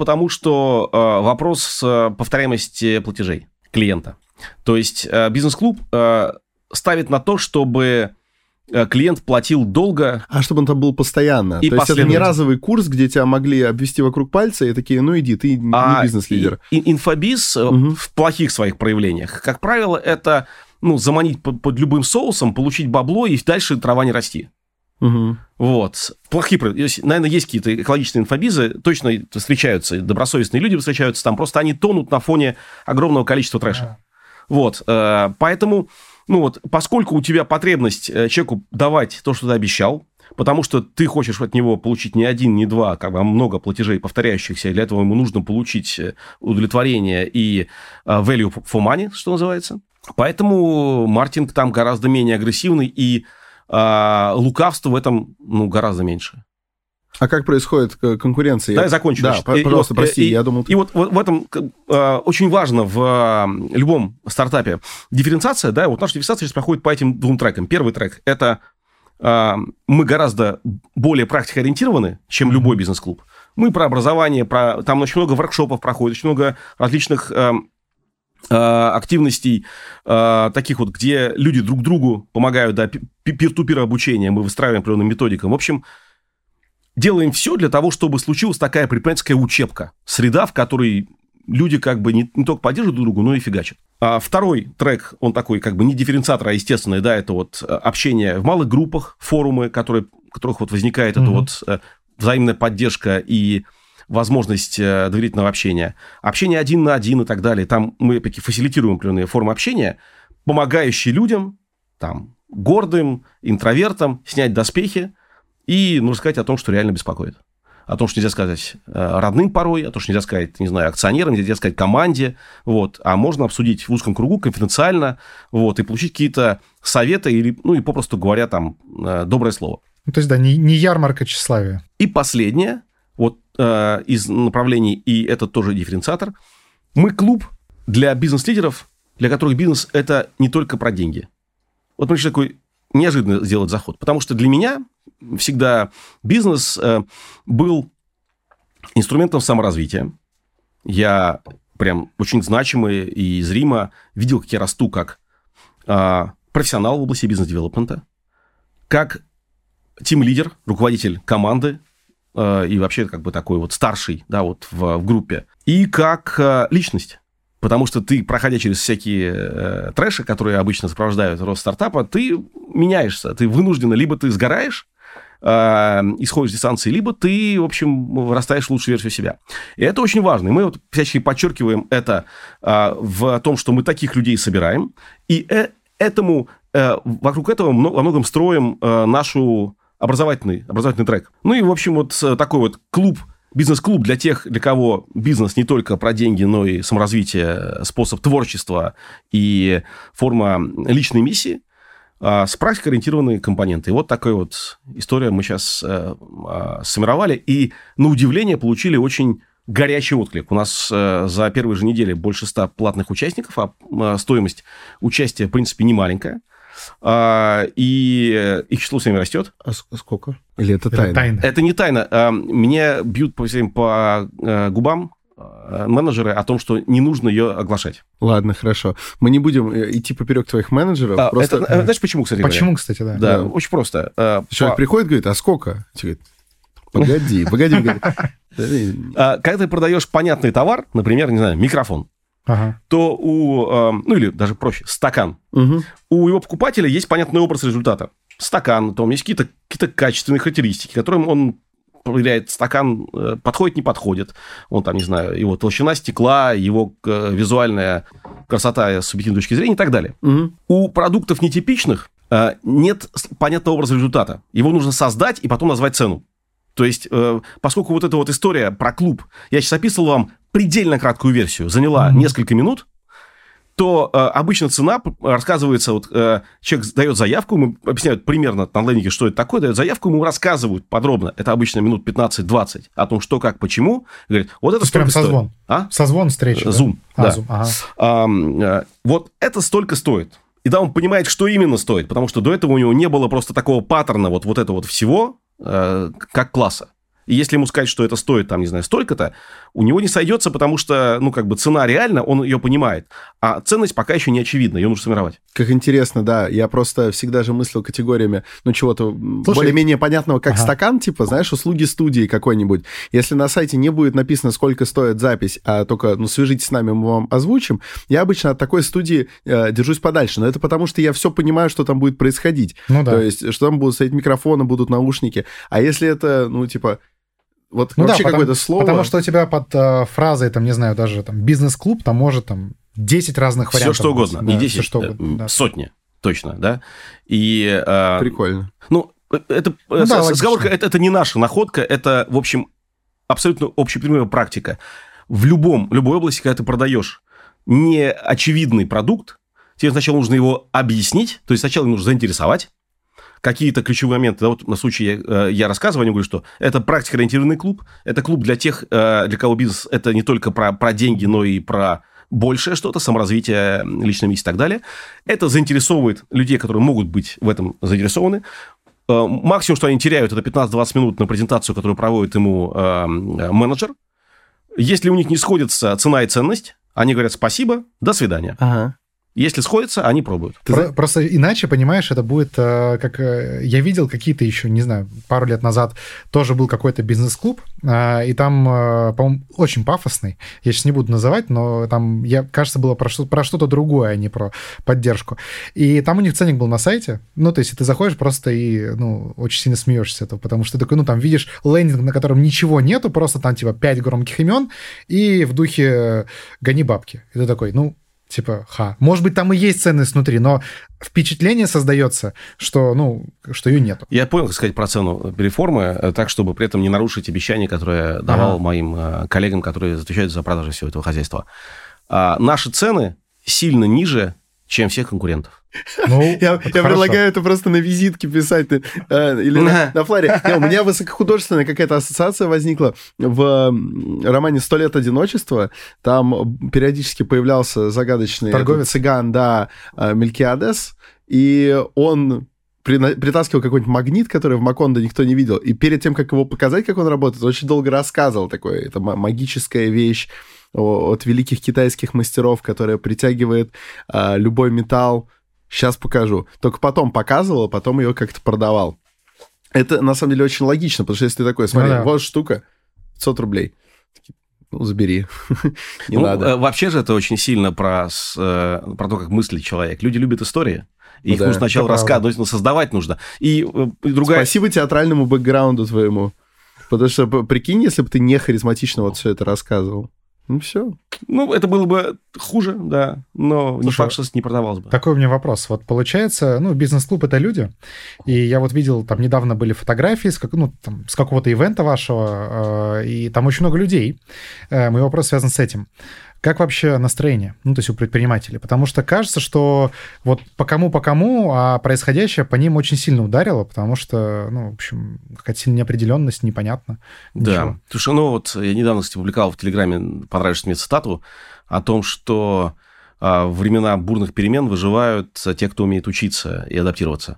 вопрос повторяемости платежей клиента. То есть бизнес-клуб ставит на то, чтобы клиент платил долго.
А чтобы он там был постоянно.
И
то есть это не разовый курс, где тебя могли обвести вокруг пальца и такие, иди, ты не бизнес-лидер.
Инфобиз в плохих своих проявлениях, как правило, это заманить под любым соусом, получить бабло и дальше трава не расти.
Угу.
Вот. Плохие, наверное, есть какие-то экологичные инфобизы, точно встречаются, добросовестные люди встречаются там, просто они тонут на фоне огромного количества трэша. Вот. Поэтому, поскольку у тебя потребность человеку давать то, что ты обещал, потому что ты хочешь от него получить не один, не два, много платежей повторяющихся, и для этого ему нужно получить удовлетворение и value for money, что называется. Поэтому маркетинг там гораздо менее агрессивный, и лукавства в этом гораздо меньше.
А как происходит конкуренция?
Да, я закончу.
Да, пожалуйста, прости, я думал...
И вот в этом очень важно в любом стартапе дифференциация, да, вот наша дифференциация сейчас проходит по этим двум трекам. Первый трек – это мы гораздо более практикоориентированы, чем любой бизнес-клуб. Мы про образование, там очень много воркшопов проходит, очень много различных активностей, таких вот, где люди друг другу помогают, да, пир-ту-пир обучение, мы выстраиваем определенным методикам. В общем, делаем все для того, чтобы случилась такая предпринимательская учебка, среда, в которой люди как бы не только поддерживают друг друга, но и фигачат. Второй трек, он такой как бы не дифференциатор, а естественный, да, это вот общение в малых группах, форумы, в которых вот возникает эта вот взаимная поддержка и возможность доверительного общения. Общение 1 на 1 и так далее. Там мы опять-таки фасилитируем определенные формы общения, помогающие людям, там, гордым, интровертам снять доспехи и, ну, сказать о том, что реально беспокоит. О том, что нельзя сказать родным порой, о том, что нельзя сказать, не знаю, акционерам, нельзя сказать команде, вот, а можно обсудить в узком кругу конфиденциально, вот, и получить какие-то советы или, ну, и попросту говоря, там, доброе слово.
Ну, то есть, да, не ярмарка тщеславия.
И последнее, вот, из направлений, и это тоже дифференциатор, мы клуб для бизнес-лидеров, для которых бизнес – это не только про деньги. Вот мы решили такой неожиданно сделать заход, потому что для меня всегда бизнес был инструментом саморазвития. Я прям очень значимо и зримо видел, как я расту как профессионал в области бизнес-девелопмента, как тим-лидер, руководитель команды и вообще как бы такой вот старший, да, вот в группе, и как личность. Потому что ты, проходя через всякие трэши, которые обычно сопровождают рост стартапа, ты меняешься, ты вынужденно, либо ты сгораешь, исходишь с дистанции, либо ты, в общем, вырастаешь в лучшую версию себя. И это очень важно. И мы вот всячески подчеркиваем это в том, что мы таких людей собираем, и вокруг этого во многом строим нашу образовательный трек. Ну и, в общем, вот такой вот бизнес-клуб для тех, для кого бизнес не только про деньги, но и саморазвитие, способ творчества и форма личной миссии с практикоориентированные компоненты. И вот такая вот история мы сейчас сформировали. И, на удивление, получили очень горячий отклик. У нас за первые же недели больше 100 платных участников, а стоимость участия, в принципе, не маленькая. И их число все время растет.
А сколько? Или это тайна?
Это не тайна. Мне бьют по губам менеджеры о том, что не нужно ее оглашать.
Ладно, хорошо. Мы не будем идти поперек твоих менеджеров.
Просто... Знаешь, почему, кстати?
Почему, кстати, да?
Да, очень просто.
Человек приходит, говорит, а сколько? Погоди.
Когда ты продаешь понятный товар, например, не знаю, микрофон, то ну или даже проще, стакан. У его покупателя есть понятный образ результата. Стакан, там есть какие-то качественные характеристики, которым он проверяет, стакан подходит, не подходит. Он там, не знаю, его толщина стекла, его визуальная красота с субъективной точки зрения и так далее. У продуктов нетипичных нет понятного образа результата. Его нужно создать и потом назвать цену. То есть, поскольку вот эта вот история про клуб, я сейчас описывал вам предельно краткую версию, заняла несколько минут, то обычно цена рассказывается, вот человек дает заявку, ему объясняют примерно на лендинге, что это такое, дает заявку, ему рассказывают подробно, это обычно минут 15-20, о том, что, как, почему. Говорит, вот это столько стоит.
Созвон. Созвон встречи.
Zoom, да.
Zoom.
Вот это столько стоит. И да, он понимает, что именно стоит, потому что до этого у него не было просто такого паттерна вот этого вот всего, как класса. И если ему сказать, что это стоит, там, не знаю, столько-то, у него не сойдется, потому что, ну, как бы цена реально, он ее понимает. А ценность пока еще не очевидна, ее нужно сформировать.
Как интересно, да. Я просто всегда же мыслил категориями, ну, чего-то более-менее понятного, как стакан, типа, знаешь, услуги студии какой-нибудь. Если на сайте не будет написано, сколько стоит запись, а только, ну, свяжитесь с нами, мы вам озвучим, я обычно от такой студии держусь подальше. Но это потому, что я все понимаю, что там будет происходить.
Ну, да.
То есть, что там будут стоять микрофоны, будут наушники. А если это, ну, типа... Вот
ну
вообще
да,
какое-то слово...
Потому что у тебя под фразой, там, не знаю, даже там бизнес-клуб, там может там 10 разных вариантов.
Все что угодно,
да,
не 10,
все, что угодно, да.
Сотни, точно, да. И,
прикольно.
Ну, это,
ну да,
сговорка, это не наша находка, это, в общем, абсолютно общеприменимая практика. В любой области, когда ты продаешь неочевидный продукт, тебе сначала нужно его объяснить, то есть сначала нужно заинтересовать, какие-то ключевые моменты. Да, вот на случае я рассказываю, они говорят, что это практикоориентированный клуб, это клуб для тех, для кого бизнес – это не только про деньги, но и про большее что-то, саморазвитие, личное место и так далее. Это заинтересовывает людей, которые могут быть в этом заинтересованы. Максимум, что они теряют, это 15-20 минут на презентацию, которую проводит ему менеджер. Если у них не сходится цена и ценность, они говорят спасибо, до свидания.
Ага.
Если сходится, они пробуют.
Просто иначе, понимаешь, это будет как... Я видел какие-то еще, не знаю, пару лет назад тоже был какой-то бизнес-клуб, и там, по-моему, очень пафосный. Я сейчас не буду называть, но там, кажется, было про что-то другое, а не про поддержку. И там у них ценник был на сайте. Ну, то есть ты заходишь просто и, ну, очень сильно смеешься с этого, потому что ты такой, ну, там видишь лендинг, на котором ничего нету, просто там, типа, 5 громких имен, и в духе «гони бабки». И ты такой, ну, типа, может быть, там и есть ценность внутри, но впечатление создается, что, ну, что ее нету.
Я понял, как сказать, про цену реформы, так, чтобы при этом не нарушить обещания, которые я давал моим коллегам, которые отвечают за продажи всего этого хозяйства. Наши цены сильно ниже, чем всех конкурентов.
Ну, я предлагаю это просто на визитке писать или на фларе. У меня высокохудожественная какая-то ассоциация возникла в романе «100 лет одиночества». Там периодически появлялся загадочный цыган, да, Мелкиадес, и он притаскивал какой-нибудь магнит, который в Макондо никто не видел, и перед тем, как его показать, как он работает, очень долго рассказывал такое. Это магическая вещь от великих китайских мастеров, которая притягивает любой металл. Сейчас покажу. Только потом показывал, а потом ее как-то продавал. Это, на самом деле, очень логично, потому что если ты такой, смотри, вот штука, 500 рублей. Ну, забери. Не надо.
Вообще же это очень сильно про то, как мыслит человек. Люди любят истории. И их нужно сначала рассказывать, но создавать нужно. И другая...
Спасибо театральному бэкграунду твоему. Потому что, прикинь, если бы ты не харизматично вот все это рассказывал. Ну, все.
Ну, это было бы хуже, да, но не факт, что не продавалось бы.
Такой у меня вопрос. Вот получается, ну, бизнес-клуб — это люди, и я вот видел, там недавно были фотографии с какого-то ивента вашего, и там очень много людей. Мой вопрос связан с этим. Как вообще настроение, ну, то есть у предпринимателей? Потому что кажется, что вот по кому, а происходящее по ним очень сильно ударило, потому что, ну, в общем, какая-то сильная неопределенность, непонятно.
Да.
Ничего.
Слушай, ну вот я недавно, кстати, публиковал в Телеграме понравившуюся мне цитату о том, что в времена бурных перемен выживают те, кто умеет учиться и адаптироваться.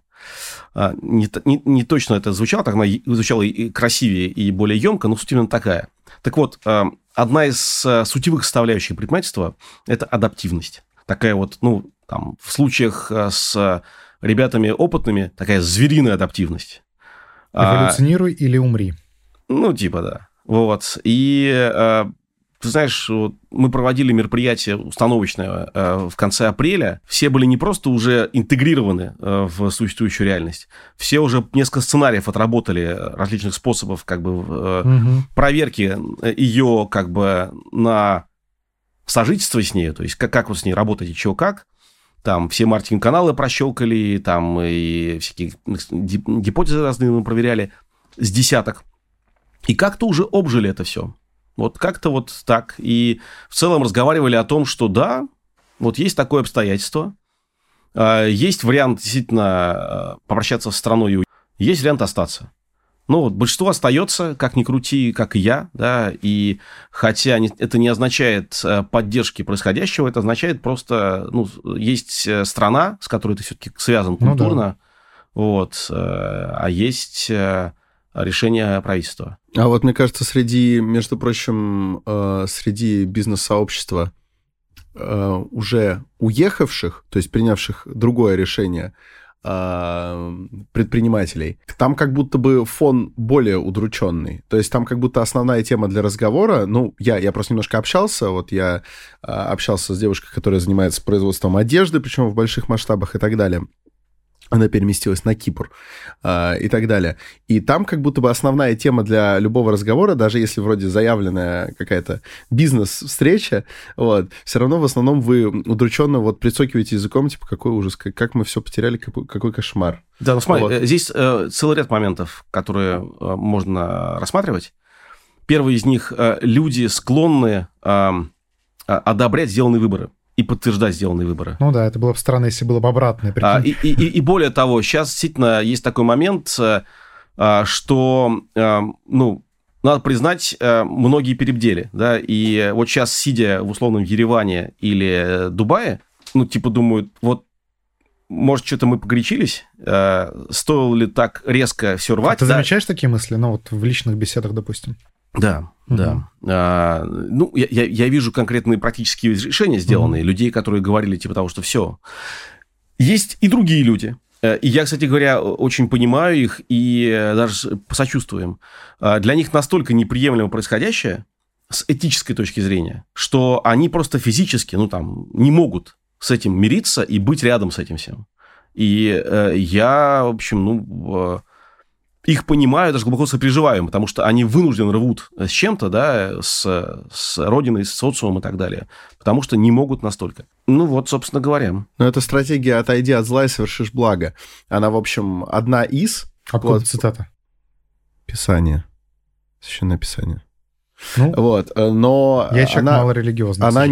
Не точно это звучало, так она звучала и красивее, и более емко, но суть именно такая. Так вот, одна из сутевых составляющих предпринимательства – это адаптивность. Такая вот, ну, там, в случаях с ребятами опытными, такая звериная адаптивность.
Эволюционируй или умри.
Ну, типа, да. Вот. И ты знаешь, вот мы проводили мероприятие установочное в конце апреля. Все были не просто уже интегрированы в существующую реальность, все уже несколько сценариев отработали различных способов как бы проверки ее как бы на сожительство с ней, то есть как вот с ней работать и чего как. Там все маркетинг-каналы прощелкали, там и всякие гипотезы разные мы проверяли с десяток. И как-то уже обжили это все. Вот как-то вот так. И в целом разговаривали о том, что да, вот есть такое обстоятельство, есть вариант действительно попрощаться с страной, есть вариант остаться. Ну вот большинство остается, как ни крути, как и я, да, и хотя это не означает поддержки происходящего, это означает просто, ну, есть страна, с которой ты все-таки связан культурно, ну, да. Вот, а есть решение правительства.
А вот, мне кажется, между прочим, среди бизнес-сообщества уже уехавших, то есть принявших другое решение предпринимателей, там как будто бы фон более удрученный. То есть там как будто основная тема для разговора, ну, я просто немножко общался, вот я общался с девушкой, которая занимается производством одежды, причем в больших масштабах и так далее. Она переместилась на Кипр и так далее. И там как будто бы основная тема для любого разговора, даже если вроде заявленная какая-то бизнес-встреча, вот, все равно в основном вы удрученно вот прицокиваете языком, типа, какой ужас, как мы все потеряли, какой кошмар.
Да, ну смотри, вот. Здесь целый ряд моментов, которые можно рассматривать. Первый из них – люди склонны одобрять сделанные выборы. и подтверждать сделанные выборы.
Ну да, это было бы странно, если было бы обратное.
И более того, сейчас действительно есть такой момент, что, ну, надо признать, многие перебдели, да, и вот сейчас, сидя в условном Ереване или Дубае, ну, типа думают, вот, может, что-то мы погорячились, стоило ли так резко все рвать.
Ты замечаешь такие мысли, ну, вот в личных беседах, допустим?
Да, да. Ну, я вижу конкретные практические решения, сделанные, людей, которые говорили, типа того, что все. Есть и другие люди. И я, кстати говоря, очень понимаю их и даже посочувствую им. Для них настолько неприемлемо происходящее с этической точки зрения, что они просто физически, ну, там, не могут с этим мириться и быть рядом с этим всем. И я, в общем, ну, их понимаю, даже глубоко сопереживаю, потому что они вынуждены рвут с чем-то, да, с родиной, с социумом и так далее, потому что не могут настолько. Ну вот, собственно говоря.
Но это стратегия «отойди от зла и совершишь благо». Она, в общем, одна из...
Откуда цитата?
Писание. Священное Писание.
Ну,
вот, но
я человек малорелигиозный.
Она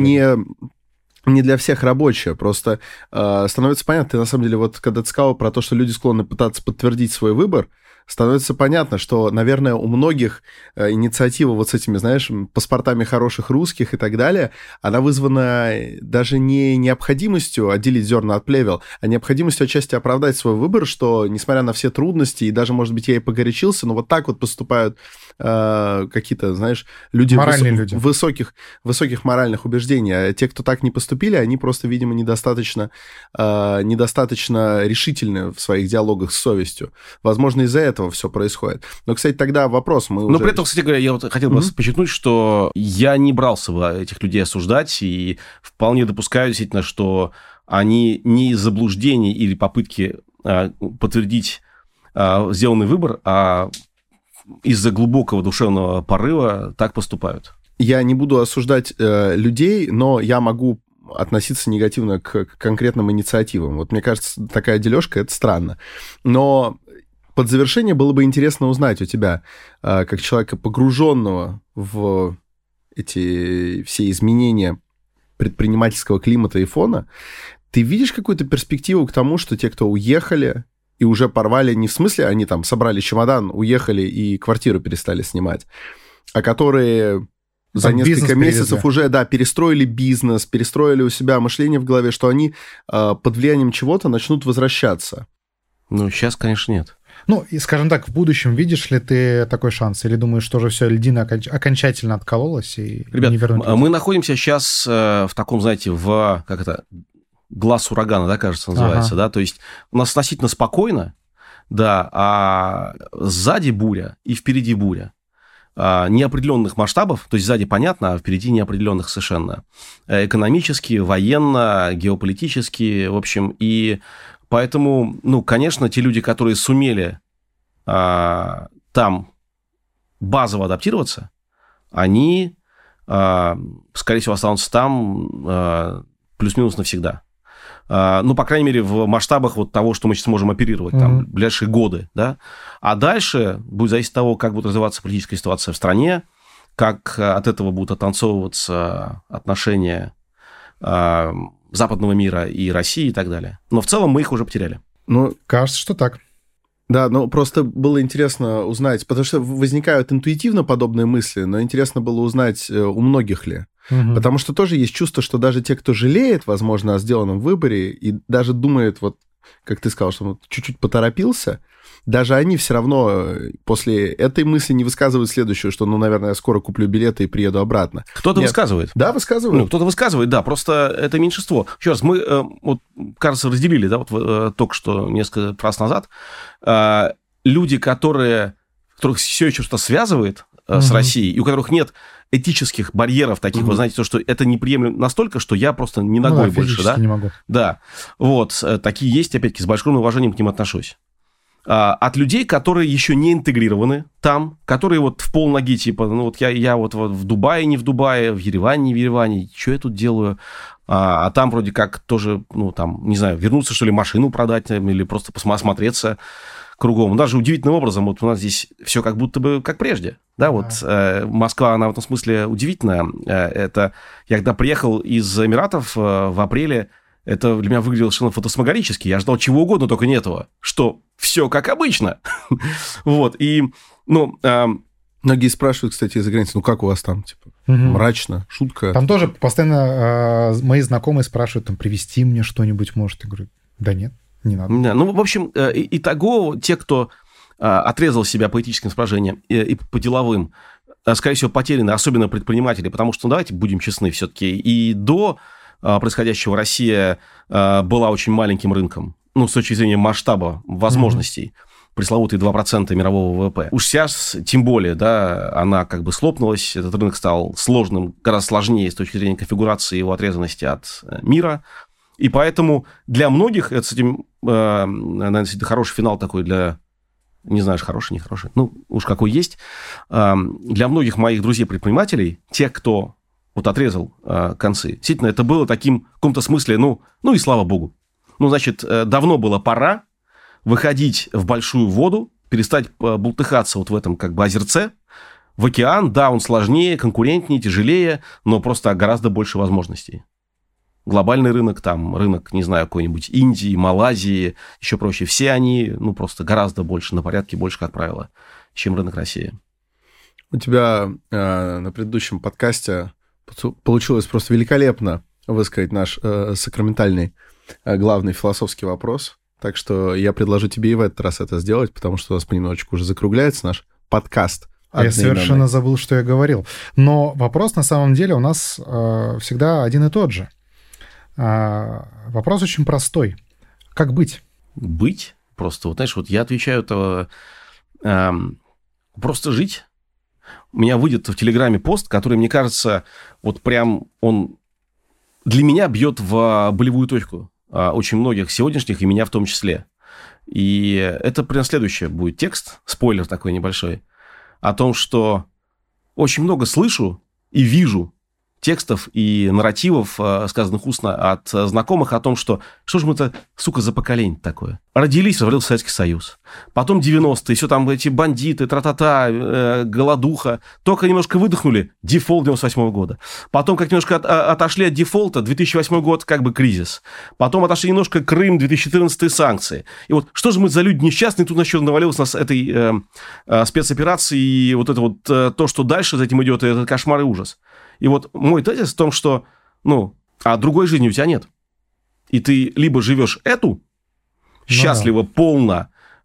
не для всех рабочая, просто становится понятно, ты на самом деле, вот когда ты сказал про то, что люди склонны пытаться подтвердить свой выбор, становится понятно, что, наверное, у многих инициатива вот с этими, знаешь, паспортами хороших русских и так далее, она вызвана даже не необходимостью отделить зерна от плевел, а необходимостью отчасти оправдать свой выбор, что, несмотря на все трудности, и даже, может быть, я и погорячился, но вот так вот поступают какие-то, знаешь, люди высоких моральных убеждений. А те, кто так не поступили, они просто, видимо, недостаточно решительны в своих диалогах с совестью. Возможно, из-за этого все происходит. Но, кстати, тогда вопрос.
Но при этом, кстати говоря, я вот хотел бы подчеркнуть, что я не брался бы этих людей осуждать, и вполне допускаю действительно, что они не из заблуждений или попытки подтвердить сделанный выбор, а из-за глубокого душевного порыва так поступают.
Я не буду осуждать людей, но я могу относиться негативно к конкретным инициативам. Вот мне кажется, такая дележка – это странно. Но под завершение было бы интересно узнать у тебя, как человека, погруженного в эти все изменения предпринимательского климата и фона, ты видишь какую-то перспективу к тому, что те, кто уехали и уже порвали, не в смысле они там собрали чемодан, уехали и квартиру перестали снимать, а которые за несколько месяцев уже, да, перестроили бизнес, перестроили у себя мышление в голове, что они под влиянием чего-то начнут возвращаться?
Ну, сейчас, конечно, нет.
Ну, и, скажем так, в будущем видишь ли ты такой шанс? Или думаешь, что уже все, льдина окончательно откололась и
Ребят,
не вернуть?
Мы находимся сейчас в таком, знаете, глаз урагана, да, кажется, называется, да, то есть у нас относительно спокойно, да, а сзади буря и впереди буря. Неопределенных масштабов, то есть сзади понятно, а впереди неопределенных совершенно. Экономически, военно, геополитически, в общем, и поэтому, ну, конечно, те люди, которые сумели там базово адаптироваться, они, скорее всего, останутся там плюс-минус навсегда. Ну, по крайней мере, в масштабах вот того, что мы сейчас можем оперировать, там, в ближайшие годы, да. А дальше будет зависеть от того, как будет развиваться политическая ситуация в стране, как от этого будут оттанцовываться отношения западного мира и России и так далее. Но в целом мы их уже потеряли.
Ну, кажется, что так.
Да, но просто было интересно узнать, потому что возникают интуитивно подобные мысли, но интересно было узнать, у многих ли. Потому что тоже есть чувство, что даже те, кто жалеет, возможно, о сделанном выборе и даже думает, вот, как ты сказал, что он чуть-чуть поторопился, даже они все равно после этой мысли не высказывают следующую, что, ну, наверное, я скоро куплю билеты и приеду обратно.
Кто-то высказывает.
Да, высказывает.
Ну, кто-то высказывает, да, просто это меньшинство. Еще раз, мы, вот, кажется, разделили, да, вот только что несколько раз назад, люди, которых все еще что-то связывает с Россией, и у которых нет этических барьеров таких, вы знаете, то, что это неприемлемо настолько, что я просто не ногой больше, да?
Не могу.
Да, вот, такие есть, опять-таки, с большим уважением к ним отношусь. От людей, которые еще не интегрированы там, которые вот в полноги, типа, ну вот я вот в Дубае, не в Дубае, в Ереване, не в Ереване, что я тут делаю? А там вроде как тоже, ну там, не знаю, вернуться, что ли, машину продать или просто осмотреться. кругом. Даже удивительным образом, вот у нас здесь все как будто бы как прежде. Да, вот Москва, она в этом смысле удивительная. Это я когда приехал из Эмиратов в апреле, это для меня выглядело совершенно фантасмагорически. Я ждал чего угодно, только не этого. Что все как обычно. Вот, и,
многие спрашивают, кстати, из-за границы, ну как у вас там, типа, мрачно, шутка?
Там тоже постоянно мои знакомые спрашивают, там, привезти мне что-нибудь, может. Я говорю, да нет, не надо.
Да, ну, в общем, итого, те, кто отрезал себя по этическим соображениям и по деловым, скорее всего, потеряны, особенно предприниматели, потому что, давайте будем честны все-таки, и до происходящего Россия была очень маленьким рынком, ну, с точки зрения масштаба возможностей, пресловутые 2% мирового ВВП. Уж сейчас, тем более, да, она как бы слопнулась, этот рынок стал сложным, гораздо сложнее с точки зрения конфигурации его отрезанности от мира, и поэтому для многих, это, с этим, наверное, это хороший финал такой для... Не знаю, хороший, нехороший. Ну, уж какой есть. Для многих моих друзей-предпринимателей, тех, кто вот отрезал концы, действительно, это было таким, в каком-то смысле, ну и слава богу. Ну, значит, давно было пора выходить в большую воду, перестать бултыхаться вот в этом как бы озерце, в океан. Да, он сложнее, конкурентнее, тяжелее, но просто гораздо больше возможностей. Глобальный рынок, там, рынок, не знаю, какой-нибудь Индии, Малайзии, еще проще. Все они, ну, просто гораздо больше, на порядке больше, как правило, чем рынок России.
У тебя на предыдущем подкасте получилось просто великолепно высказать наш сакраментальный главный философский вопрос. Так что я предложу тебе и в этот раз это сделать, потому что у нас понемножечку уже закругляется наш подкаст.
Я совершенно забыл, что я говорил. Но вопрос на самом деле у нас всегда один и тот же. Вопрос очень простой. Как быть?
Быть? Просто, вот знаешь, вот я отвечаю, это просто жить. У меня выйдет в Телеграме пост, который, мне кажется, вот прям он для меня бьет в болевую точку очень многих сегодняшних, и меня в том числе. И это прям следующее будет текст, спойлер такой небольшой, о том, что очень много слышу и вижу текстов и нарративов, сказанных устно от знакомых, о том, что же мы это, сука, за поколение такое? Родились, развалился Советский Союз. Потом 90-е, все там эти бандиты, тра-та-та, голодуха. Только немножко выдохнули, дефолт 98-го года. Потом как немножко отошли от дефолта, 2008 год, как бы кризис. Потом отошли немножко Крым, 2014-е санкции. И вот что же мы за люди несчастные, тут еще навалилось нас этой спецоперации, и вот это вот то, что дальше за этим идет, это кошмар и ужас. И вот мой тезис в том, что, а другой жизни у тебя нет. И ты либо живешь эту, счастливо, полно,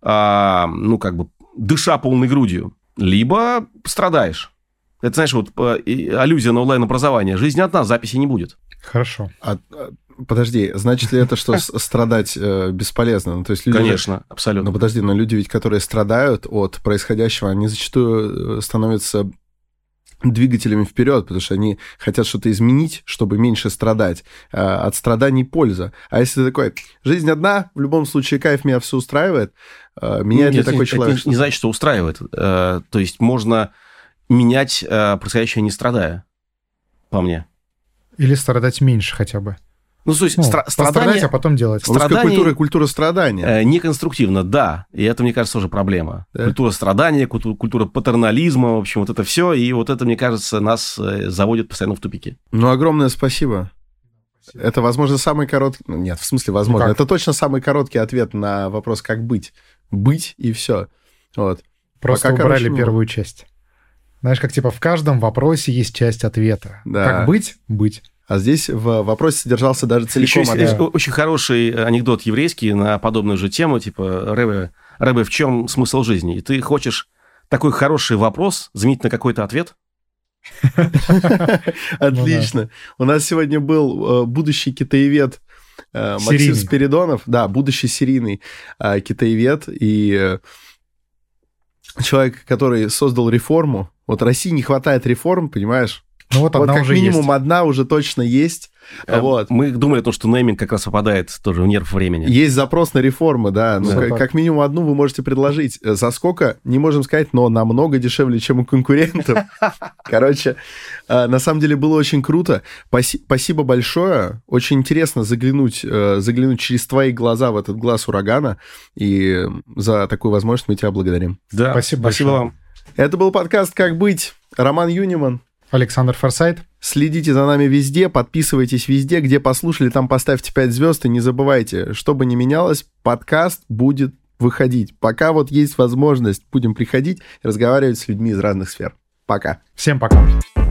как бы дыша полной грудью, либо страдаешь. Это, знаешь, вот аллюзия на онлайн-образование. Жизнь одна, записи не будет.
Хорошо.
Подожди, значит ли это, что страдать бесполезно? Ну, то есть люди
Конечно, абсолютно.
Но подожди, но люди ведь, которые страдают от происходящего, они зачастую становятся двигателями вперед, потому что они хотят что-то изменить, чтобы меньше страдать. От страданий польза. А если ты такой, жизнь одна, в любом случае кайф, меня все устраивает, меняет ли такой человек?
Это не значит, что устраивает. То есть можно менять происходящее, не страдая, по мне.
Или страдать меньше хотя бы.
Ну, то есть
страдать, а потом делать.
Культура страдания.
Неконструктивно, да. И это, мне кажется, тоже проблема. Да? Культура страдания, культура патернализма, в общем, вот это все. И вот это, мне кажется, нас заводит постоянно в тупики.
Ну, огромное спасибо. Это, возможно, самый короткий... Нет, в смысле, возможно. Это точно самый короткий ответ на вопрос, как быть. Быть и все. Вот.
Просто убрали первую часть. Знаешь, как типа в каждом вопросе есть часть ответа. Да. Как быть? Быть.
А здесь в вопросе содержался даже целиком...
Очень хороший анекдот еврейский на подобную же тему, типа, Рэбе, в чем смысл жизни? И ты хочешь такой хороший вопрос заменить на какой-то ответ?
Отлично. У нас сегодня был будущий китаевед Максим Спиридонов. Да, будущий серийный китаевед и человек, который создал реформу. Вот России не хватает реформ, понимаешь?
Ну вот одна
как
уже
минимум
есть.
одна уже точно есть. Вот.
Мы думали о том, что нейминг как раз попадает тоже в нерв времени.
Есть запрос на реформы, да. Ну, как минимум одну вы можете предложить. За сколько, не можем сказать, но намного дешевле, чем у конкурентов. Короче, на самом деле было очень круто. Спасибо большое. Очень интересно заглянуть через твои глаза в этот глаз урагана. И за такую возможность мы тебя благодарим.
Да, спасибо вам.
Это был подкаст «Как быть». Роман Юниман.
Александр Форсайт.
Следите за нами везде, подписывайтесь везде, где послушали, там поставьте 5 звезд, и не забывайте, что бы ни менялось, подкаст будет выходить. Пока вот есть возможность, будем приходить и разговаривать с людьми из разных сфер. Пока.
Всем пока.